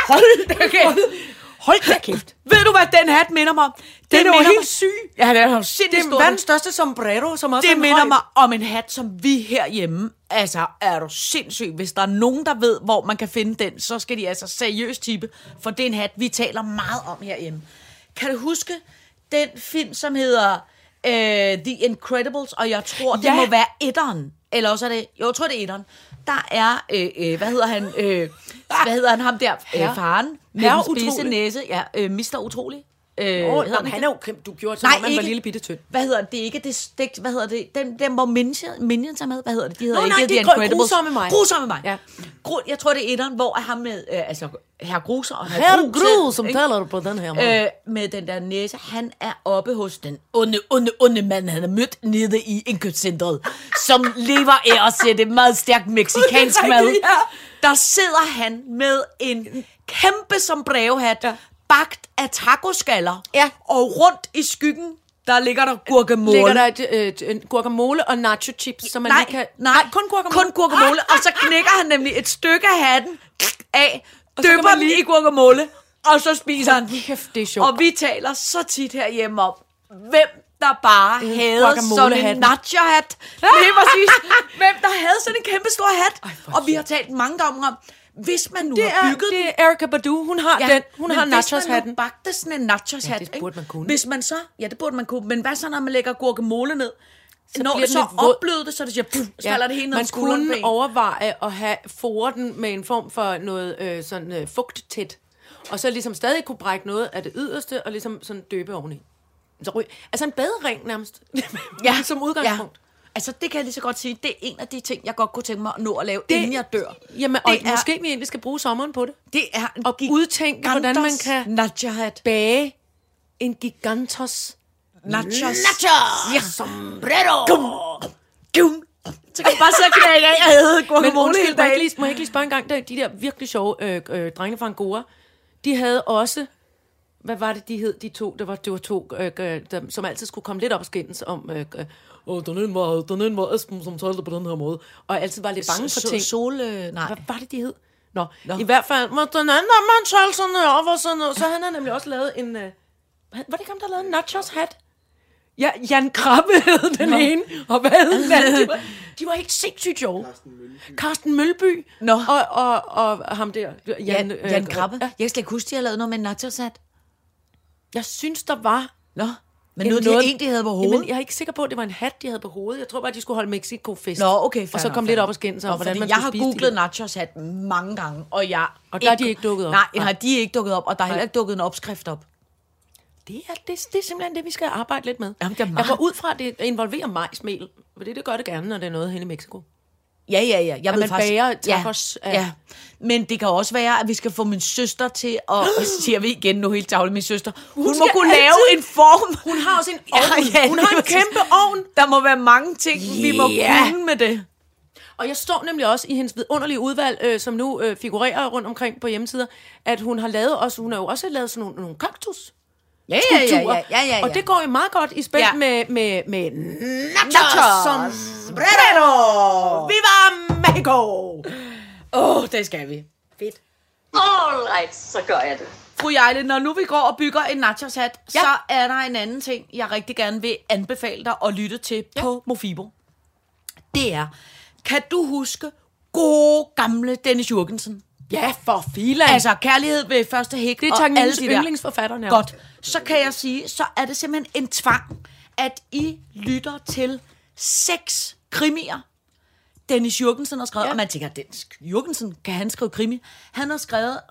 hold da kæft. Ved du, hvad den hat minder mig om? Den er jo helt syg. Ja, den er jo sindssygt stor. Det er verdens største sombrero, som også det minder mig om en hat, som vi herhjemme, altså er du sindssyg. Hvis der er nogen, der ved, hvor man kan finde den, så skal de altså seriøst tippe, for det er en hat, vi taler meget om herhjemme. Kan du huske den film, som hedder The Incredibles, og jeg tror, det må være etteren, eller også er det, jeg tror, det er etteren. Der er, hvad hedder han ham der, faren, med den spidse næse, Mr. Utrolig. Han er jo kæmpe, du gjorde som om han var lille bitte tynd. Hvad hedder det? Det er ikke det stik, hvad hedder det? Den hvor Minions er med, hvad hedder det? De hedder ikke The Incredibles. Grusomme mig. Ja. Jeg tror, det er etteren, hvor han med, herr Gruser og herr Grus, som taler på den her måde. Med den der næse, han er oppe hos den onde mand, han har mødt nede i indkøbscentret, som lever af at sætte meget stærkt mexikansk mad. Der sidder han med en kæmpe sombrerohat, bagt af tacoskaller, og rundt i skyggen, der ligger der guacamole. Ligger der guacamole og nacho chips, som man lige kan... Nej, kun guacamole, og så knækker han nemlig et stykke af hatten af, dypper den i guacamole, og så spiser han. Kæft, det er sjovt. Og vi taler så tit herhjemme om, hvem der bare havde sådan en nacho-hat. Det er præcis. Hvem der havde sådan en kæmpe stor hat. Og vi har talt mange gange om, hvis man nu har bygget det er Erykah Badu, hun har den. Hun har nachos-hatten. Hvis man nu bagte sådan en nachos-hat, det burde man kunne. Hvis man så, det burde man kunne. Men hvad så, når man lægger guacamole ned? Når det så opbløder det, så det siger, så falder det hele ned. Man kunne overveje at fore den med en form for noget fugttæt. Og så ligesom stadig kunne brække noget af det yderste, og ligesom sådan døbe oveni. Altså en badering nærmest. Som udgangspunkt. Ja. Altså, det kan jeg lige så godt sige, det er en af de ting, jeg godt kunne tænke mig at nå at lave, inden jeg dør. Jamen, og måske vi egentlig skal bruge sommeren på det. Det er en og udtænke, hvordan man kan bage en gigantos nachos. Ja. Sombrero. Gum. Så kan jeg bare sidde og knække af, jeg havde guacamole hele dagen. Må jeg ikke lige spørge en gang, de der virkelig sjove drenge fra Angora, de havde også... Hvad var det, de hed, de to? Det var to, som altid skulle komme lidt op og skændes om... den ene var Esben, som talte på den her måde. Og altid var lidt bange for ting. Nej. Hvad var det, de hed? Nå, i hvert fald, hvordan er man talt sådan op og sådan noget. Så han har nemlig også lavet en... var det ikke ham, der lavede en nachos hat? Ja, Jan Krabbe hed den ene. Og hvad hed den anden? De var helt sindssygt sjove. Carsten Mølby. Og ham der. Jan Krabbe. Ja. Jeg kan slet ikke huske, de har lavet noget med en nachos-hat. Jeg synes, der var... Nå, men noget, de egentlig havde på hovedet. Jamen, jeg er ikke sikker på, at det var en hat, de havde på hovedet. Jeg tror bare, de skulle holde Mexico-fest. Nå, okay. Og så kom lidt op og skændes om, hvordan man jeg skulle har spise googlet nachos-hat mange gange, og der er de ikke dukket op. Nej, de er ikke dukket op, og der er heller ikke dukket en opskrift op. Det er simpelthen det, vi skal arbejde lidt med. Jamen, det er jeg meget... går ud fra, at det involverer majsmel. For det gør det gerne, når det er noget hen i Mexico. Ja. Jeg ved man faktisk, bager tacos. Ja. Men det kan også være, at vi skal få min søster til at... siger vi igen nu helt tavligt, min søster. Hun må kunne lave en form. Hun har også en ovn. Hun har en kæmpe ovn. Der må være mange ting, vi må kunne med det. Og jeg står nemlig også i hendes vidunderlige udvalg, som nu figurerer rundt omkring på hjemmesider, at hun har lavet også... Hun har jo også lavet sådan nogle kaktus. Ja. Og det går jo meget godt i spil med nachos som sombrero. Viva Mexico! Det skal vi. Fedt. Alright, så gør jeg det. Fru Jejle, når nu vi går og bygger en nachos-hat, så er der en anden ting, jeg rigtig gerne vil anbefale dig at lytte til på Mofibo. Det er, kan du huske gode gamle Dennis Jürgensen? Ja, for filan. Altså, Kærlighed ved første hæk det og er alle de der. yndlingsforfatterne. Godt. Så kan jeg sige, så er det simpelthen en tvang, at I lytter til 6 krimier. Dennis Jürgensen har skrevet, og man tænker, Dennis Jürgensen, kan han skrive krimi? Han har skrevet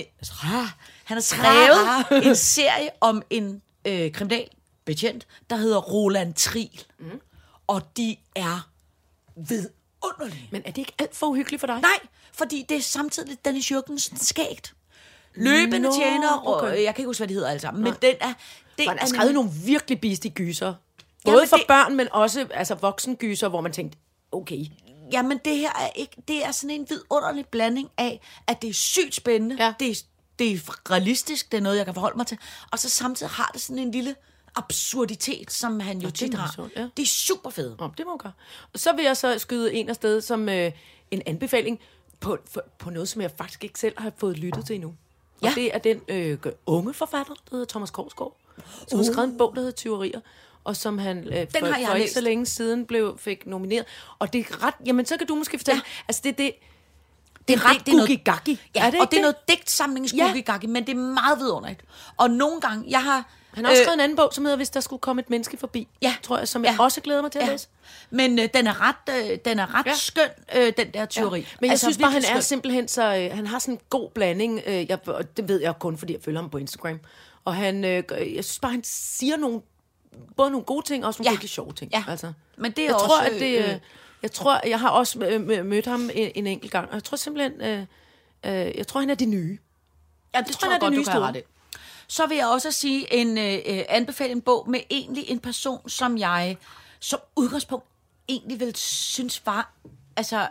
en serie om en kriminalbetjent, der hedder Roland Triel. Og de er vidunderlige. Men er det ikke alt for uhyggeligt for dig? Nej, fordi det er samtidig Dennis Jürgensen skægt. Løbende tjener, og jeg kan ikke huske, hvad de hedder alle sammen, men den er... Man har skrevet nogle virkelig bistige gyser. Både for børn, men også altså voksengyser, hvor man tænkte, okay. Jamen, det her er ikke... Det er sådan en vidunderlig blanding af, at det er sygt spændende, det er realistisk, det er noget, jeg kan forholde mig til, og så samtidig har det sådan en lille absurditet, som han jo tit har. Ja. Det er super fedt. Det må gøre. Og så vil jeg så skyde en afsted som en anbefaling på noget, som jeg faktisk ikke selv har fået lyttet til endnu. Og det er den unge forfatter, der hedder Thomas Korsgaard, som har skrevet en bog, der hedder Tyverier, og som han for ikke så længe siden fik nomineret. Og det er ret... Jamen, så kan du måske fortælle... Ja. Altså, det er ret gugigaggi. Ja, og det er noget digtsamlingsgugigaggi, men det er meget vidunderligt. Og nogle gange, han har også skrevet en anden bog, som hedder Hvis der skulle komme et menneske forbi, tror jeg, som jeg også glæder mig til at læse. Men den er ret skøn, den der tyveri. Ja. Men jeg synes bare, han er simpelthen så... han har sådan en god blanding. Det ved jeg kun, fordi jeg følger ham på Instagram. Og jeg synes bare, han siger både nogle gode ting og også nogle virkelig sjove ting. Ja. Altså, men det er også... jeg har også mødt ham en enkelt gang, og jeg tror simpelthen... jeg tror, han er det nye. Ja, det tror jeg godt, du kan have ret. Så vil jeg også sige anbefale en bog med egentlig en person, som jeg som udgangspunkt egentlig vil synes var, altså,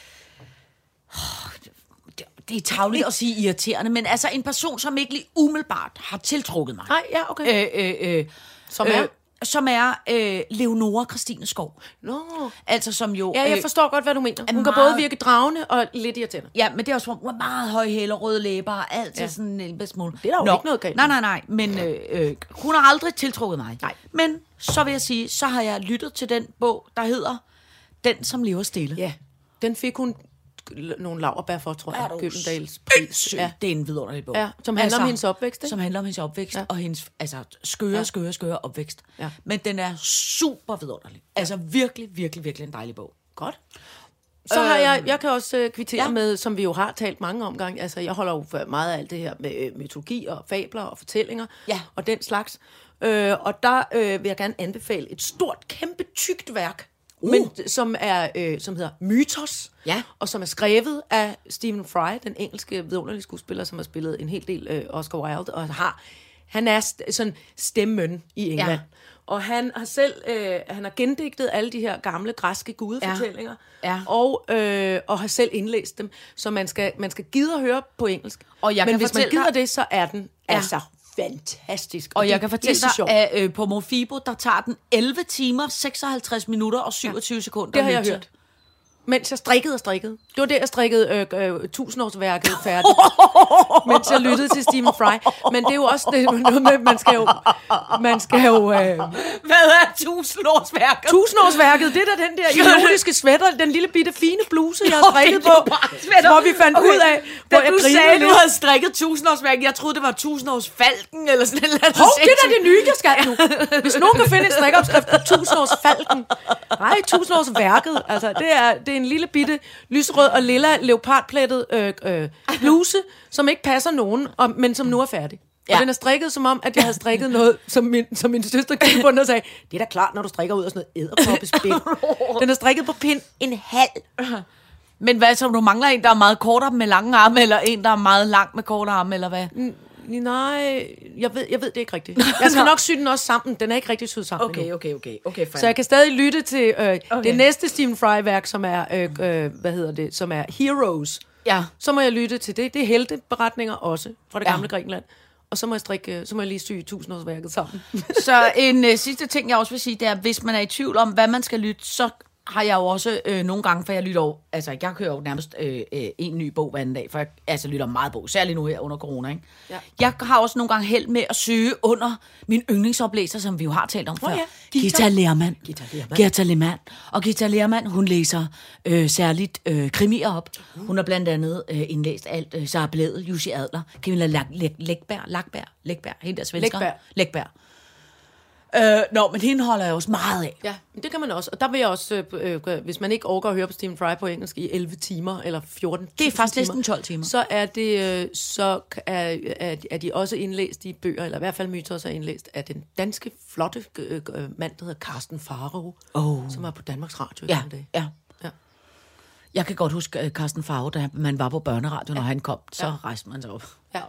det er tarveligt at sige irriterende, men altså en person, som ikke lige umiddelbart har tiltrukket mig. Nej, ja, okay. Som er Leonora Christine Skov. Altså som jo... Ja, jeg forstår godt, hvad du mener. Hun kan både virke dragende og lidt irriterende. Ja, men det er også, hun er meget høj hæl og røde læber og altid sådan en bedst smule. Det er der jo ikke noget galt. Nej, men hun har aldrig tiltrukket mig. Nej. Men så vil jeg sige, så har jeg lyttet til den bog, der hedder Den, som lever stille. Ja, den fik hun nogle laurbær for, tror jeg. Gyldendals pris. Ja. Det er en vidunderlig bog. Ja, som handler om hendes opvækst, ikke? Som handler om hendes opvækst, og hendes skøre opvækst. Ja. Men den er super vidunderlig. Altså virkelig, virkelig, virkelig en dejlig bog. Godt. Så har jeg kan også kvittere med, som vi jo har talt mange omgange, altså jeg holder jo meget af alt det her med mytologi og fabler og fortællinger og den slags. Og der vil jeg gerne anbefale et stort, kæmpe, tykt værk, men som hedder Mythos, og som er skrevet af Stephen Fry, den engelske vidunderlige skuespiller, som har spillet en hel del Oscar Wilde, og han er sådan stemmen i England. Ja. Og han har selv han har gendigtet alle de her gamle græske gudefortællinger, og har selv indlæst dem, så man skal gide at høre på engelsk. Men hvis man gider det, så er den altså fantastisk. Og jeg kan fortælle dig, at på Mofibo, der tager den 11 timer, 56 minutter og 27 sekunder. Det har jeg hørt. mens jeg strikkede. Det var der, jeg strikkede 1000-årsværket færdigt, mens jeg lyttede til Stephen Fry. Men det er jo også noget med, man skal jo Hvad er 1000-årsværket? 1000-årsværket, det er da den der idiotiske sweater, den lille bitte fine bluse, jeg har strikket på, hvor vi fandt ud af, hvor jeg du grinede sagde, lidt. du havde strikket 1000-årsværket, jeg troede, det var 1000-årsfalken, eller sådan noget. Hov, det er da det nye, jeg skal nu. Hvis nogen kan finde en strikopskrift på 1000-årsfalken. Nej, 1000-årsværket. Altså, det er en lille bitte lysrød og lilla leopardplettet bluse, som ikke passer nogen, men som nu er færdig. Ja. Og den er strikket som om, at jeg havde strikket noget, som min søster kiggede på den og sagde, det er da klart, når du strikker ud af sådan noget edderkoppespil. Den er strikket på pind en halv. Men hvad så, du mangler en, der er meget kortere med lange arme, eller en, der er meget lang med korte arme, eller hvad? Nej, jeg ved det ikke rigtigt. Jeg skal nok sy den også sammen. Den er ikke rigtig syet sammen endnu. Okay. Så jeg kan stadig lytte til det næste Stephen Fry-værk, som er, som er Heroes. Ja. Så må jeg lytte til det. Det er helteberetninger også fra det gamle Grækenland. Og så må jeg lige sy 1000-årsværket sammen. Så en sidste ting, jeg også vil sige, det er, hvis man er i tvivl om, hvad man skal lytte, så har jeg jo også nogle gange, for jeg lytter over, altså jeg kører jo nærmest en ny bog hver anden dag, for jeg lytter meget bog, særligt nu her under corona, ikke? Ja. Jeg har også nogle gange held med at søge under min yndlingsoplæser, som vi jo har talt om før. Gita Lehrmann. Og Gita Lehrmann, hun læser særligt krimier op. Hun har blandt andet indlæst alt Sara Blædel, Jussi Adler, Camilla Läckberg, hende der svensker. Läckberg. Men hende holder jeg også meget af. Ja, det kan man også. Og der vil jeg også, hvis man ikke orker at høre på Stephen Fry på engelsk i 11 timer, eller 14 det er faktisk næsten 12 timer. Så er de også indlæst i bøger, eller i hvert fald Mythos er indlæst af den danske, flotte mand, der hedder Karsten Pharao, som er på Danmarks Radio i den dag. Ja. Jeg kan godt huske Karsten Pharao, da man var på børneradio, når han kom, så rejste man sig op. Ja.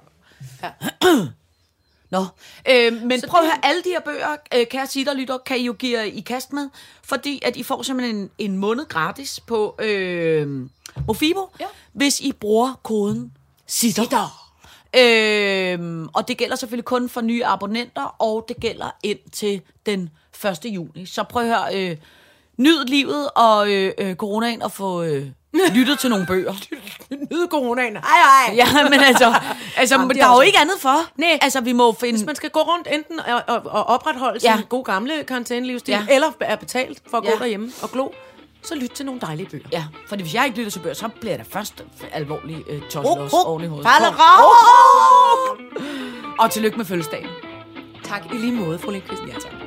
Nå, men så prøv at høre, alle de her bøger, kære lytter, kan I jo give i kast med, fordi at I får simpelthen en måned gratis på Mofibo, hvis I bruger koden SITTER. Og det gælder selvfølgelig kun for nye abonnenter, og det gælder indtil den 1. juni. Så prøv at høre, nyd livet og coronaen og få lyttet til nogle bøger. Nyd coronaen. Hej. Ja, men altså jamen, der er jo ikke andet for. Nej. Altså, vi må finde... Hvis man skal gå rundt enten og opretholde sin god gamle karantænelivsstil, eller er betalt for at gå derhjemme og glo, så lyt til nogle dejlige bøger. Ja, for hvis jeg ikke lytter til bøger, så bliver der først alvorlig tosselås oven i hovedet. Og tillykke med fødselsdagen. Tak i lige måde, fru Lindqvist. Ja, tak.